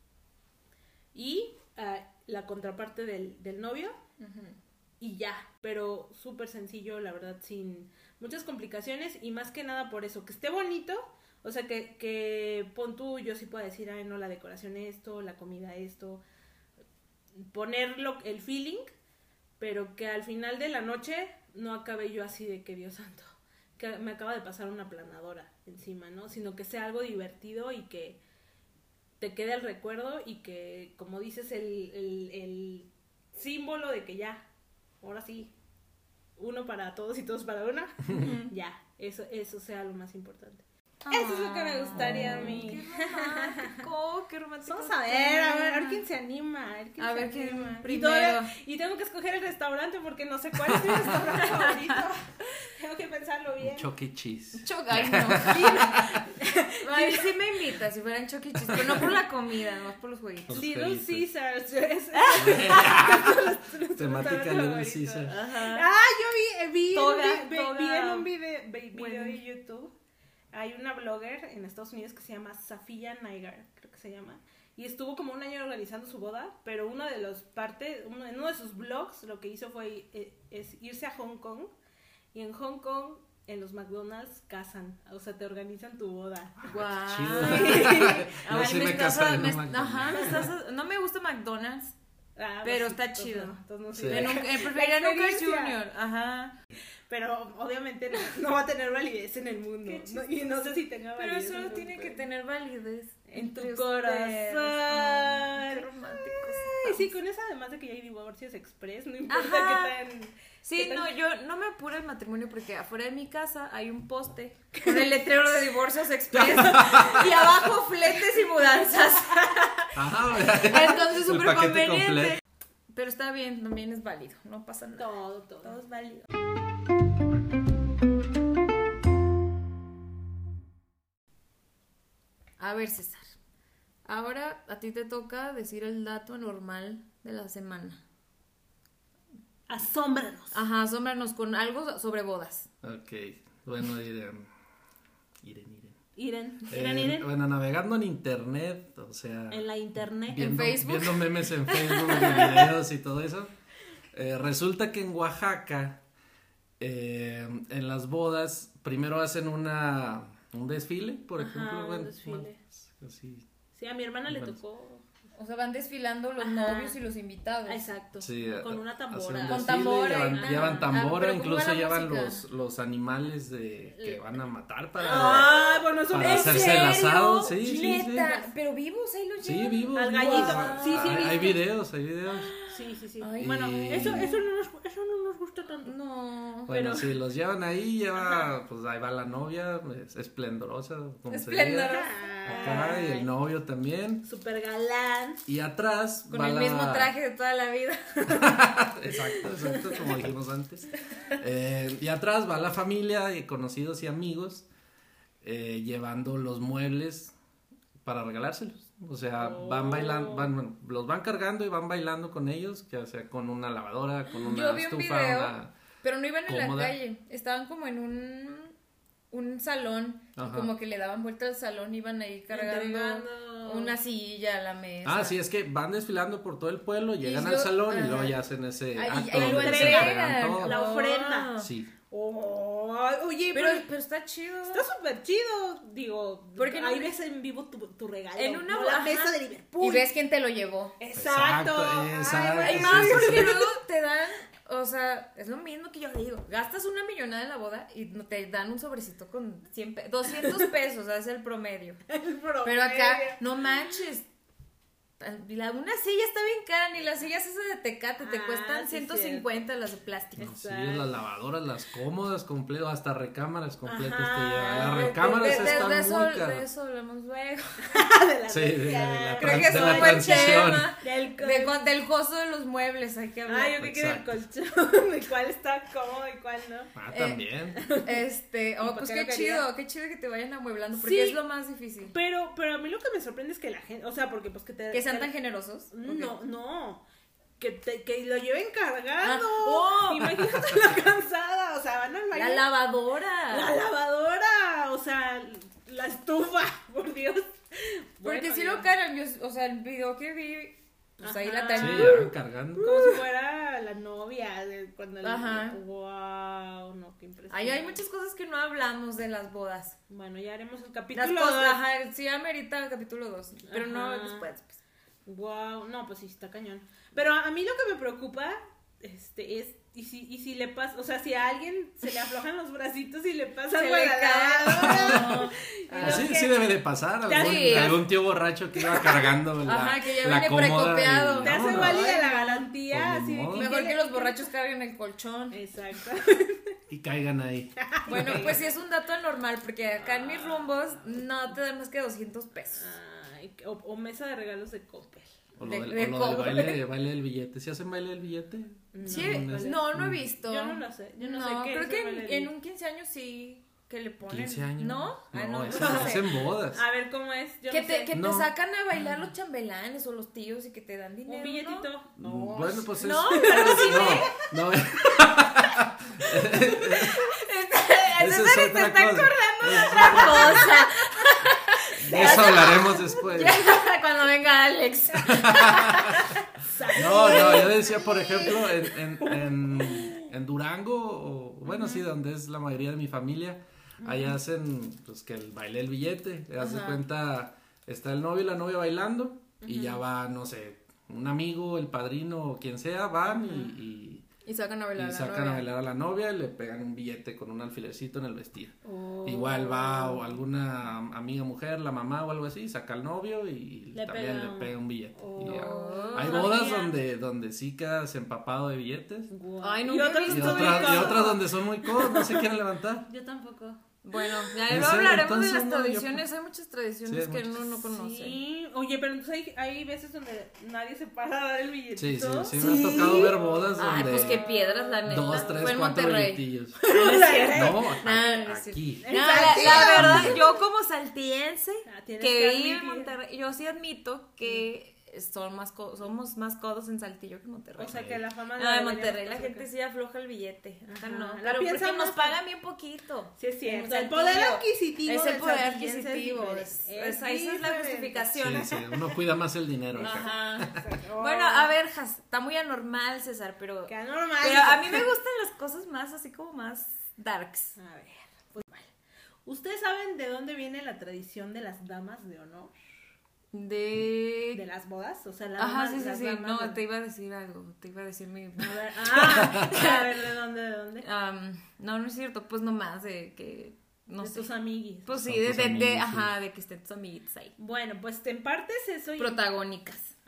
Y ah, la contraparte del, del novio. Y ya, pero súper sencillo, la verdad, sin muchas complicaciones y más que nada por eso, que esté bonito, o sea, que, que pon tú, yo sí puedo decir, ay, no, la decoración esto, la comida esto, ponerlo, el feeling, pero que al final de la noche no acabe yo así de que Dios santo, que me acaba de pasar una planadora encima, ¿no? Sino que sea algo divertido y que te quede el recuerdo y que, como dices, el, el, el símbolo de que ya, ahora sí, uno para todos y todos para una, ya, eso, eso sea lo más importante. Eso es lo que me gustaría a mí. Qué romántico, qué romántico. Vamos a ver, a ver, a ver quién se anima. A ver quién, A se ver quién anima. Y, primero. todavía- y tengo que escoger el restaurante porque no sé cuál es mi restaurante favorito. Tengo que pensarlo bien. Chuck E. Cheese. Choc- Ay, no. Ay, sí me invita si fueran Chuck E. Cheese, pero no por la comida, no por los jueguitos. Los Little jueguitos. Caesars. es- Temática restaurante Little favorito. Caesar. Ajá. Ah, yo vi, vi, Toga, vi, vi- toga. vi en un video, vi- video Bueno. de YouTube. Hay una blogger en Estados Unidos que se llama Safia Nigar, creo que se llama. Y estuvo como un año organizando su boda, pero una de las partes, uno, en uno de sus blogs, lo que hizo fue eh, es irse a Hong Kong. Y en Hong Kong, en los McDonald's, casan. O sea, te organizan tu boda. Guau. Chido. Ay, Yo sí me estás- casaría en me- un McDonald's. Ajá, me estás- no me gusta McDonald's, Ah, pero pues sí, está entonces chido. no, entonces no Sí. sirve. En un- eh, preferiría La en un Carl's experiencia. Junior. Ajá. Pero obviamente no, no va a tener validez en el mundo. Qué ¿no? Y no sé si tenga Pero validez. solo en tiene el que mundo. tener validez En tu entre corazón. ustedes. Ay, qué románticos. Ay, sí, con eso además de que ya hay divorcios express, no importa Ajá. qué tan... Sí, ¿Qué tal? no, yo no me apuro el matrimonio porque afuera de mi casa hay un poste con el letrero de divorcios express y abajo fletes y mudanzas. Ajá, Entonces el súper paquete conveniente. completo. Pero está bien, también es válido, no pasa nada. Todo, todo. Todo es válido. A ver, César. Ahora a ti te toca decir el dato anormal de la semana. Asómbranos. Ajá, asómbranos con algo sobre bodas. Ok, bueno, Irene. Irene, Irene. Iren, Eh, Iren, Iren. Bueno, navegando en internet, o sea, En la internet. viendo, Facebook. viendo memes en Facebook y videos y todo eso, eh, resulta que en Oaxaca, eh, en las bodas, primero hacen una un desfile, por Ajá, ejemplo. un bueno, desfile. más así, Sí, a mi hermana le Bueno. tocó. O sea, van desfilando los Ajá. novios y los invitados. Exacto. sí, con a- una hacen un tambora. Con desfile, tambora, llevan, ajá. llevan Ah, tambora, pero ¿cómo va incluso la llevan música? los, los animales de que van a matar para... Ah, bueno, eso Para es hacerse el asado, sí, sí, sí. Neta, pero vivos ahí los Sí, llevan. vivos. Al vivos. gallito. Ah, Sí, sí, he hay, hay visto. videos, hay videos. Sí, Sí, sí, sí. Ay, bueno, y... eso, eso, no nos, eso no nos gusta tanto. No. Bueno, pero... si los llevan ahí, lleva, pues ahí va la novia, es esplendorosa, como Esplendorosa. se diga. Acá, y el novio también. Super galán. Y atrás Con va el la... mismo traje de toda la vida. Exacto, exacto, como dijimos antes. Eh, y atrás va la familia y conocidos y amigos eh, llevando los muebles para regalárselos. O sea, Oh. van bailando, van, los van cargando y van bailando con ellos, que sea con una lavadora, con una Yo vi un estufa, video, una... pero no iban en la cómoda. calle. Estaban como en un, un salón. Y Ajá. como que le daban vuelta al salón, iban ahí cargando Entregando. una silla, la mesa. Ah, sí, es que van desfilando por todo el pueblo, llegan yo- al salón y ajá. luego ya hacen ese Ahí- acto ahí lo donde se entregan, entregan todo. la ofrenda. Sí. Oh, oye, Pero, pero, pero está chido. está súper chido. Digo, Porque no- ahí ves en vivo tu, tu regalo. En una no la ajá. mesa de Liverpool. Y ves quién te lo llevó. Exacto. Exacto, Ay, exacto. Ay, sí, más, sí, porque sí. luego te dan, o sea, es lo mismo que yo digo. Gastas una millonada en la boda y no te dan un sobrecito con cien pe- doscientos pesos, o sea, es el promedio. el promedio. Pero acá, no manches. La, una silla está bien cara, ni las sillas esas de Tecate te Ah, cuestan sí, ciento cincuenta las de plástico. No, sí, Exacto. las lavadoras, las cómodas completas, hasta recámaras completas Ajá. te llevan. Las De- recámaras de, de- están de eso, muy de caras. eso hablamos luego. de la Sí, de la- de la Creo tran- que es de un la buen transición. tema. Del, De con- del costo de los muebles hay que hablar. Ah, yo creo que del Exacto. colchón, de cuál está cómodo y cuál no. Ah, Eh, también. Este, oh, ¿Y pues por qué qué no quería? chido, qué chido que te vayan amueblando, porque Sí. es lo más difícil. Pero, pero a mí lo que me sorprende es que la gente, o sea, porque pues que te... Que sean te- tan generosos. No, no. Que, te, que lo lleven cargando. Ah, oh. Imagínate la cansada. O sea, van al Ok. baño. La lavadora. La lavadora. O sea, la estufa. Por Dios. Porque Bueno, si ya. lo cargan, yo, o sea, el video que vi, pues ahí la Ajá. Sí, traen. la van cargando. Como si fuera la novia. De cuando Ajá. Wow, no, qué impresión. Ahí hay muchas cosas que no hablamos de las bodas. Bueno, ya haremos el Las capítulo. cosas, dos. ajá, sí amerita el capítulo dos, pero no Ajá. después. Pues. Wow, no, pues sí, está cañón. Pero a mí lo que me preocupa este, es, y si, y si le pasa, o sea, si a alguien se le aflojan los bracitos y le pasa Se algo a le la cae. lavadora. No. Y Ah, sí, lo que- sí debe de pasar. Te Algún, hace- algún tío borracho que iba cargando la, Ajá, que ya la viene cómoda. precopiado. y Te hace vámonos. válida Ay, la no. garantía. Pues ni así de modo. Mejor ¿qué que le- los borrachos carguen el colchón. Exacto. Y caigan ahí. Bueno, pues sí es un dato anormal, porque acá en mis rumbos no te dan más que doscientos pesos. Ay, o, o mesa de regalos de Coppel. O lo De- del, de o lo del cobre. baile, baile del billete. ¿Sí hacen baile del billete? Sí, No, no, no he visto. Yo no lo sé, yo no no, sé qué creo es que el baile en, del- en un quince años sí que le ponen. quince años. ¿No? Ah, No, no, eso no lo sé. hacen bodas. A ver cómo es. Yo Que no te, sé. que te No. sacan a bailar los chambelanes o los tíos y que te dan dinero. Un billetito. ¿no? No. Bueno, pues es. No, pero sí, no, no, Ese eso se es te otra está cosa. acordando de Es otra cosa. De eso hablaremos después. Cuando venga Alex. No, no, yo decía, por ejemplo, en, en, en, en Durango, o bueno, sí, donde es la mayoría de mi familia, ahí hacen, pues, que el baile del billete, te das de Ajá. cuenta, está el novio y la novia bailando, y ya va, no sé, un amigo, el padrino, o quien sea, van y, y, Y sacan a bailar. y a la sacan novia. a bailar a la novia y le pegan un billete con un alfilercito en el vestido. Oh. Igual va o alguna amiga mujer, la mamá o algo así, saca al novio y Le también pega le un- pega un billete. Oh. Y ya. Oh. Hay No bodas sabía. donde, donde sí quedas empapado de billetes. Guau. Ay, y nunca he otras visto Y estuve otras, y con- otras donde son muy codos, no se quieren levantar. Yo tampoco. Bueno, ya ¿En luego serio? hablaremos Entonces, de las no, yo- tradiciones. Hay muchas tradiciones Sí, que hay uno no conoce. Sí, oye, pero entonces hay, hay veces donde nadie se para a dar el billetito. Sí, sí, sí, Sí. me ha tocado ver bodas Ay, donde pues qué piedras, la neta. dos, tres, Fue en cuatro Monterrey. billetillos. No, no es cierto. No, Nah, no es aquí. No, la, la verdad, yo como saltiense Ah, tienes que que viví en admitir. Monterrey, yo sí admito que son más co- somos más codos en Saltillo que en Monterrey. O sea que la fama de Ah, en la Monterrey la deberíamos gente hacer. sí afloja el billete. Acá Ajá. no. La Pero piensa porque nos más- pagan bien poquito. Sí, es cierto. En El poder Saltillo. adquisitivo. Es el del poder saltillense adquisitivo. diferente. Es, es- esa es la diferente. justificación. Sí, sí, uno cuida más el dinero. acá. Ajá. Oh, Bueno, a ver, Jas, está muy anormal, César, pero, qué anormal. pero a mí me gustan las cosas más así como más darks. A ver, pues vale. ¿Ustedes saben de dónde viene la tradición de las damas de honor? De... ¿De las bodas? O sea, las Ajá, damas, sí, sí, las sí. damas No, de- te iba a decir algo. Te iba a decir mi... A ver, ah, a ver, ¿de dónde, de dónde? Am, no, no es cierto. Pues nomás de que... No de sé. tus amiguis. Pues sí, Son de, tus de, de- amiguis, sí. ajá, de que estén tus amiguitos ahí. Bueno, pues en parte es eso. Y... Protagónicas.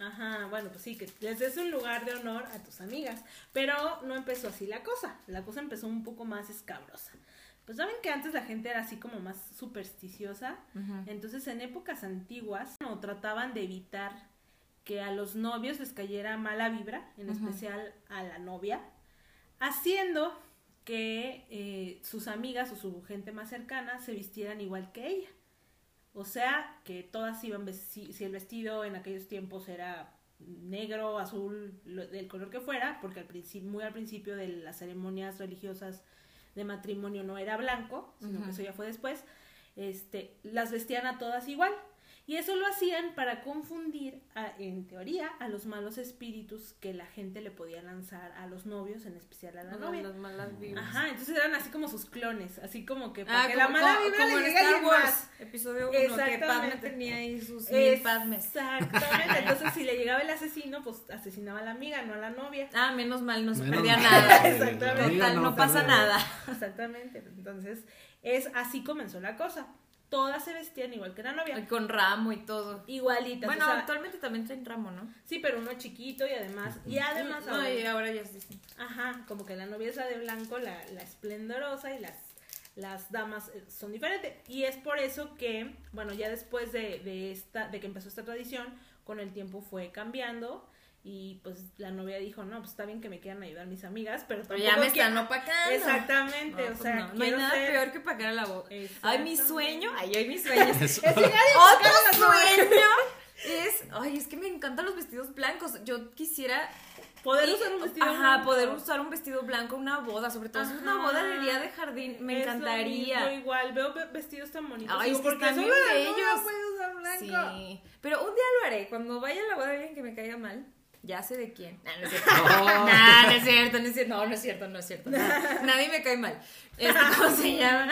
Ajá, bueno, pues sí, que les des un lugar de honor a tus amigas. Pero no empezó así la cosa. La cosa empezó un poco más escabrosa. Pues saben que antes la gente era así como más supersticiosa. Uh-huh. Entonces en épocas antiguas no trataban de evitar que a los novios les cayera mala vibra, en uh-huh. especial a la novia, haciendo que eh, sus amigas o su gente más cercana se vistieran igual que ella. O sea, que todas iban, vesti- si el vestido en aquellos tiempos era negro, azul, lo, del color que fuera, porque al principio, muy al principio de las ceremonias religiosas de matrimonio no era blanco, sino uh-huh. que eso ya fue después, este, las vestían a todas igual. Y eso lo hacían para confundir, a, en teoría, a los malos espíritus que la gente le podía lanzar a los novios, en especial a la no, novia. Las malas vibras. Ajá, entonces eran así como sus clones, así como que para ah, que la mala vibra como le en llegue a Star alguien Wars, más. Episodio uno, que Padme tenía ahí sus mil Padmes. Exactamente, entonces si le llegaba el asesino, pues asesinaba a la amiga, no a la novia. Ah, menos mal, no se menos perdía mal. nada. Exactamente. Total, no, no pasa nada. Exactamente, entonces es así comenzó la cosa. Todas se vestían igual que la novia. Y con ramo y todo. Igualitas. Bueno, o sea, actualmente también traen ramo, ¿no? Sí, pero uno chiquito y además, y además no, ahora, y ahora ya es distinto. Ajá, como que la novia es la de blanco, la, la esplendorosa, y las, las damas son diferentes. Y es por eso que, bueno, ya después de, de esta, de que empezó esta tradición, con el tiempo fue cambiando. Y pues la novia dijo, no, pues está bien que me quieran ayudar mis amigas, pero, pero ya me que... están opacando. Exactamente, no, o pues sea, no, no hay nada ser... peor que pagar a la boda. Ay, mi sueño, ay, ay, mi sueño. es Otro sueño es, ay, es que me encantan los vestidos blancos. Yo quisiera poder y, usar un vestido ajá, blanco. poder usar un vestido blanco en una boda, sobre todo si es una boda de día de jardín, me es encantaría. Yo igual veo vestidos tan bonitos. Ay, digo, es que porque están bien no bellos. No puedo usar blanco. Sí, pero un día lo haré cuando vaya a la boda de alguien que me caiga mal. Ya sé de quién. Nah, no es cierto. No. Nah, no es cierto, no es cierto. No, no es cierto, no es cierto. Nah, nadie me cae mal. Este, ¿cómo se llama?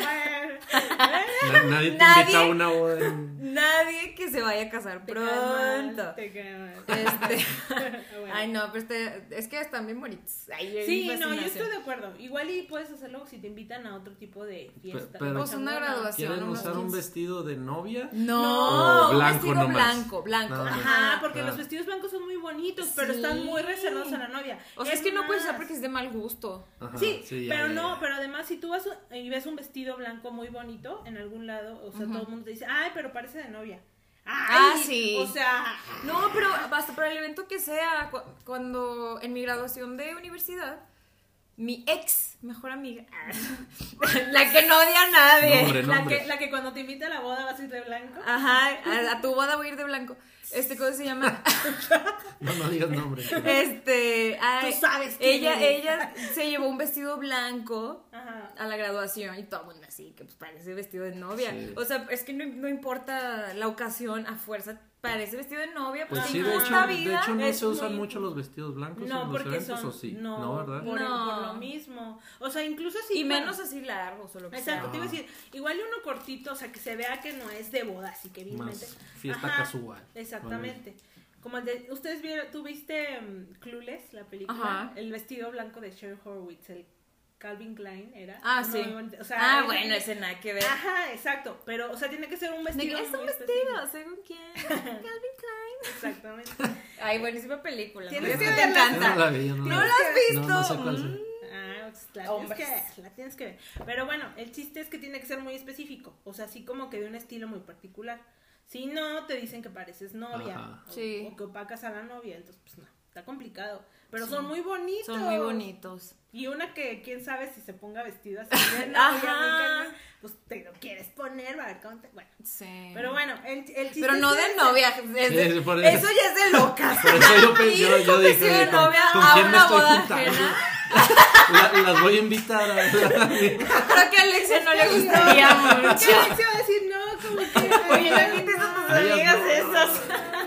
Na- nadie te Nadie- invita a una boda. En... Nadie que se vaya a casar Te pronto. cae mal, te cae mal. Este, Bueno. ay, no, pero este, es que están bien bonitos. Ay, es Sí, mi no, yo fascinación. estoy de acuerdo. Igual y puedes hacerlo si te invitan a otro tipo de fiesta. Pero- Pues una graduación. ¿Quieren unos usar un quince. vestido de novia? No, O un blanco vestido nomás. blanco, blanco. Nada más. Ajá, porque Ah. los vestidos blancos son muy bonitos, pero Sí. están muy reservados a la novia. O sea, es, que no puedes usar más- porque es de mal gusto. Ajá, Sí, ya, pero ya, no, ya. pero además si tú vas y ves un vestido blanco muy bonito en algún lado, o sea, Ujú. todo el mundo te dice, ay, pero parece de novia. Ay, Ah, sí. O sea, No, pero basta para el evento que sea. cu- Cuando en mi graduación de universidad, mi ex mejor amiga, la que no odia a nadie. Nombre, la nombre. que, la que cuando te invita a la boda vas a ir de blanco. Ajá, a, a tu boda voy a ir de blanco. Este, ¿cómo se llama? No, no digas nombre. Este, ay, Tú sabes quién ella, eres. ella se llevó un vestido blanco Ajá. a la graduación y todo el mundo así, que pues parece vestido de novia. Sí. O sea, es que no, no importa la ocasión, a fuerza parece vestido de novia. Pues Pues sí, en de esta hecho, de vida hecho no es se usan muy- mucho los vestidos blancos No, en los porque eventos, son, ¿o sí? no, No, ¿verdad? Por, No. por lo mismo. O sea, incluso si Y bueno, menos así largos o lo que exacto, sea. te iba a decir, igual y uno cortito, o sea, que se vea que no es de boda, así que evidentemente. Más fiesta Ajá, casual. Exactamente. Como el de, ustedes vieron, tú viste um, Clueless, la película, Ajá. el vestido blanco de Cher Horowitz, el Calvin Klein era. Ah, muy sí. bonito. O sea, Ah, ese- bueno, ese nada que ver. Ajá, exacto, pero, o sea, tiene que ser un ¿De vestido. qué es un muy vestido? específico. ¿Según quién? Calvin Klein. Exactamente. Ay, buenísima película. Tienes ¿no? que Te verla. Yo no encanta. la vi, yo no, ¿No la la has vi. visto? No, no sé cuál Mm. es. Ah, pues, la tienes Hombres. que ver, la tienes que ver. Pero bueno, el chiste es que tiene que ser muy específico, o sea, así como que de un estilo muy particular. Si no, te dicen que pareces novia Ajá. o, Sí. o que opacas a la novia, entonces pues no, está complicado. Pero Sí. son muy bonitos. Son muy bonitos. Y una que, quién sabe si se ponga vestido así de novia, Ajá. muy cañón, pues te lo quieres poner, a ver cómo te... Bueno, Sí. pero bueno, el, el chiste Pero no es de ese. novia. es de- Sí, sí, por eso. eso ya es de locas. Por eso yo, pe- Ir yo, yo con dije, vestido de ¿con, novia ¿con a quién me una estoy boda juntando? ajena. La- las voy a invitar a... Creo que a Alexia no le Sí, gustaría ¿qué mucho. se va a decir? No, como que... Oye, no invites a tus Ellas amigas no. esas.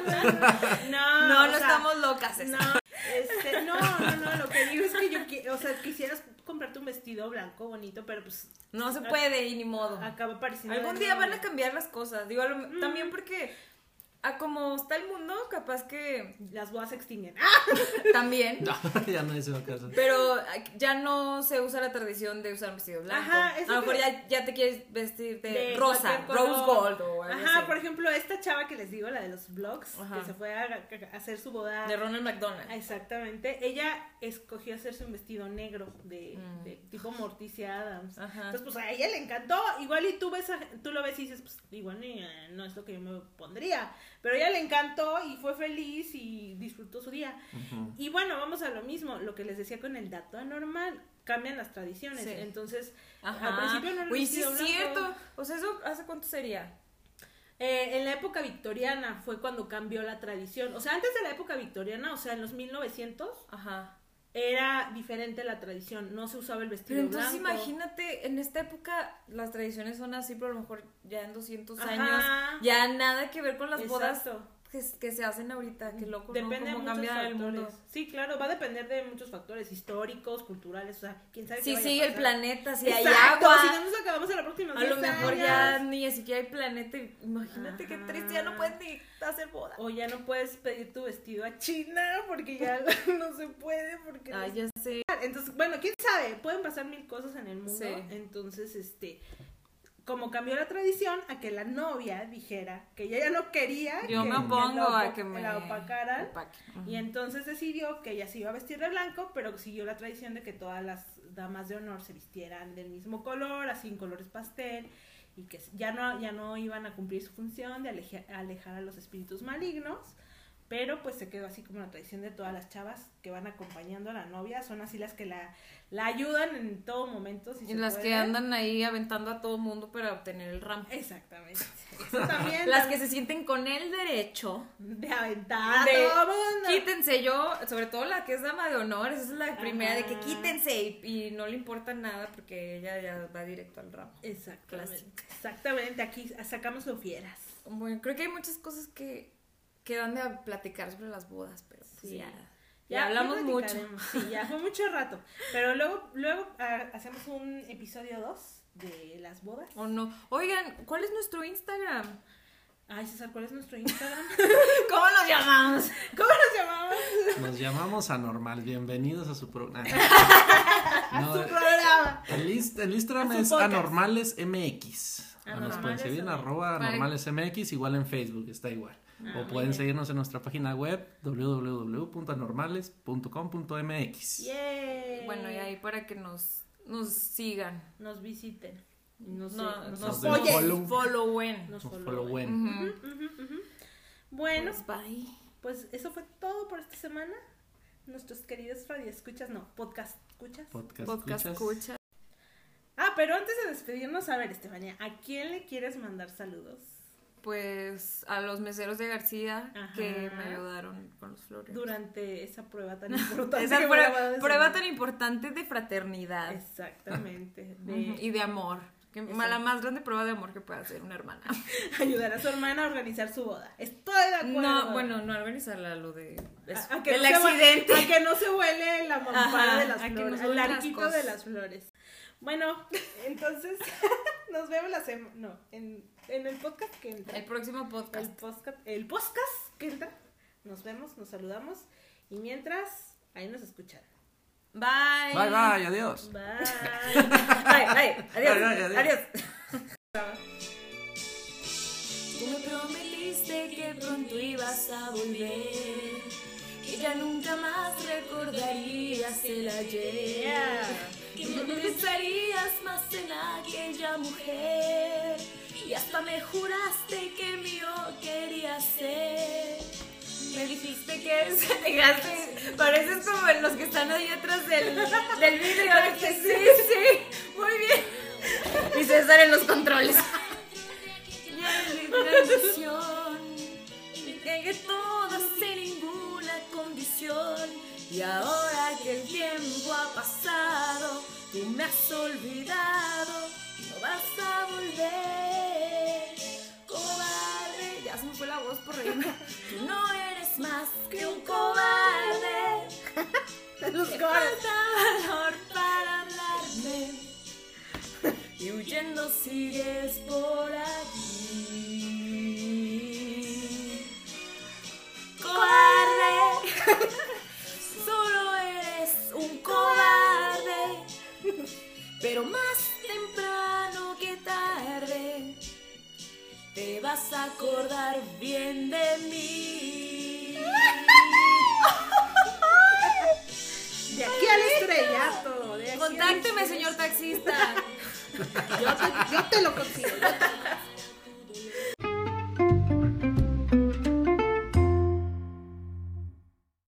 No, No, o no sea, estamos locas. No, este, no, no, no, lo que digo es que yo, qui- o sea, quisieras comprarte un vestido blanco bonito, pero pues No se puede y ni modo. acaba pareciendo... Algún de día van novia. a cambiar las cosas. Digo, a lo- Mm. también porque a como está el mundo, capaz que Las bodas se extinguen. también. No, ya nadie se va a casar. Pero ya no se usa la tradición de usar un vestido blanco. Ajá, eso a lo mejor que- ya, ya te quieres vestir de, De rosa, cualquier rose color. gold o algo Ajá, así. por ejemplo, esta chava que les digo, la de los vlogs, Ajá. que se fue a, a hacer su boda. De Ronald McDonald. Exactamente. Ella escogió hacerse un vestido negro de, Mm. de tipo Morticia Adams. Ajá. Entonces, pues a ella le encantó. Igual y tú ves a- tú lo ves y dices, pues igual ni, eh, no es lo que yo me pondría. Pero a ella le encantó y fue feliz y disfrutó su día. Ujú. Y bueno, vamos a lo mismo, lo que les decía con el dato anormal. Cambian las tradiciones. Sí. Entonces, Ajá. al principio no era Oye, sí vestido es blanco. cierto. O sea, ¿eso hace cuánto sería? Eh, en la época victoriana fue cuando cambió la tradición. O sea, antes de la época victoriana, o sea, en los mil novecientos, Ajá. era diferente la tradición. No se usaba el vestido Pero entonces blanco. imagínate, en esta época las tradiciones son así, pero a lo mejor ya en doscientos Ajá. años, ya nada que ver con las bodas Exacto. que, que se hacen ahorita. Qué loco, Depende ¿no? de Cómo muchos cambia factores. el mundo. Sí, claro, va a depender de muchos factores históricos, culturales, o sea, quién sabe qué Sí, vaya sí, a el pasar. planeta, si hay Exacto, agua. si no nos acabamos en la próxima A lo mejor ya ni siquiera hay planeta. Imagínate qué Ajá. triste, ya no puedes ni hacer boda. O ya no puedes pedir tu vestido a China porque ya no se puede porque Ay, ya sé. entonces, bueno, quién sabe, pueden pasar mil cosas en el mundo. Sí. Entonces, este, como cambió la tradición a que la novia dijera que ella ya no quería Yo que, me que opongo la a opa- que me la opacaran. opaque. Ujú. Y entonces decidió que ella se iba a vestir de blanco, pero siguió la tradición de que todas las damas de honor se vistieran del mismo color, así en colores pastel, y que ya no, ya no iban a cumplir su función de aleja- alejar a los espíritus malignos. Pero pues se quedó así como la tradición de todas las chavas que van acompañando a la novia, son así las que la, la ayudan en todo momento. Si Y se las puede. que andan ahí aventando a todo mundo para obtener el ramo. Exactamente. Eso también. Las que también se sienten con el derecho de aventar a de todo mundo. quítense. Yo, sobre todo la que es dama de honor, esa es la primera de que Ajá. quítense y, y no le importa nada porque ella ya va directo al ramo. Exactamente. Clásica. Exactamente, aquí sacamos lo fieras. Bueno, creo que hay muchas cosas que quedan de platicar sobre las bodas, pero pues Sí. ya, ya hablamos mucho. platicaremos. Sí, ya fue mucho rato. Pero luego, luego ah, hacemos un episodio dos de las bodas. ¿O no? Oigan, ¿cuál es nuestro Instagram? Ay, César, ¿cuál es nuestro Instagram? ¿Cómo nos llamamos? ¿Cómo nos llamamos? Nos llamamos Anormal. Bienvenidos a su programa. No, Su programa. el, inst- el Instagram A su es podcast. Anormales M X. O nos pueden Anormales seguir en M X. arroba Para- Anormales M X, igual en Facebook, está igual. Ah, o muy pueden bien. seguirnos en nuestra página web w w w punto anormales punto com punto m x. Yay. Bueno, y ahí para que nos, nos sigan. Nos visiten. Nos, No, nos, nos den apoyen. follow. followen. Nos Nos followen. followen. Ujú. Ujú, ujú. Bueno, Pues, bye. pues eso fue todo por esta semana. Nuestros queridos radioescuchas, no, podcast escuchas. Podcast, Podcast escuchas. escucha. Ah, pero antes de despedirnos, a ver, Estefania, ¿a quién le quieres mandar saludos? Pues a los meseros de García Ajá. que me ayudaron con los flores. Durante esa prueba tan importante. Esa que prueba, me acabas de prueba hacer. tan importante de fraternidad Exactamente. De Ujú, y de amor. Que Exacto. la más grande prueba de amor que puede hacer una hermana. ayudar a su hermana a organizar su boda. Estoy de acuerdo. No, bueno, no organizarla lo de eso, A, a que del no se hue- accidente. a que no se huele la mampara Ajá, de las a que no flores, se el huelen las arquito cosas. de las flores. Bueno, entonces nos vemos la semana, no, en, en el podcast que entra. El próximo El podcast. podcast, el podcast que entra. Nos vemos, nos saludamos y mientras ahí nos escuchan. Bye. Bye, bye, adiós. Bye. Bye, bye. Adiós. Bye, bye, adiós. Adiós. Tú me prometiste que pronto ibas a volver, que ya nunca más recordarías el ayer, Yeah. que no pensarías más en aquella mujer y hasta me juraste que mío querías ser. Me dijiste que se dejaste, pareces como los que están ahí atrás del, del vidrio. Que sí, sí, muy bien. Y César en los controles. Ya en mi tradición, llegué toda sin ninguna condición. Y ahora que el tiempo ha pasado, tú me has olvidado, no vas a volver. Cobarde, ya se me fue la voz por reírme. Tú no eres más que un cobarde. Los Te coros. falta valor para hablarme y huyendo sigues por aquí. estrellato. De aquí Contácteme, a- señor taxista. Yo te, yo te lo consigo. Yo te-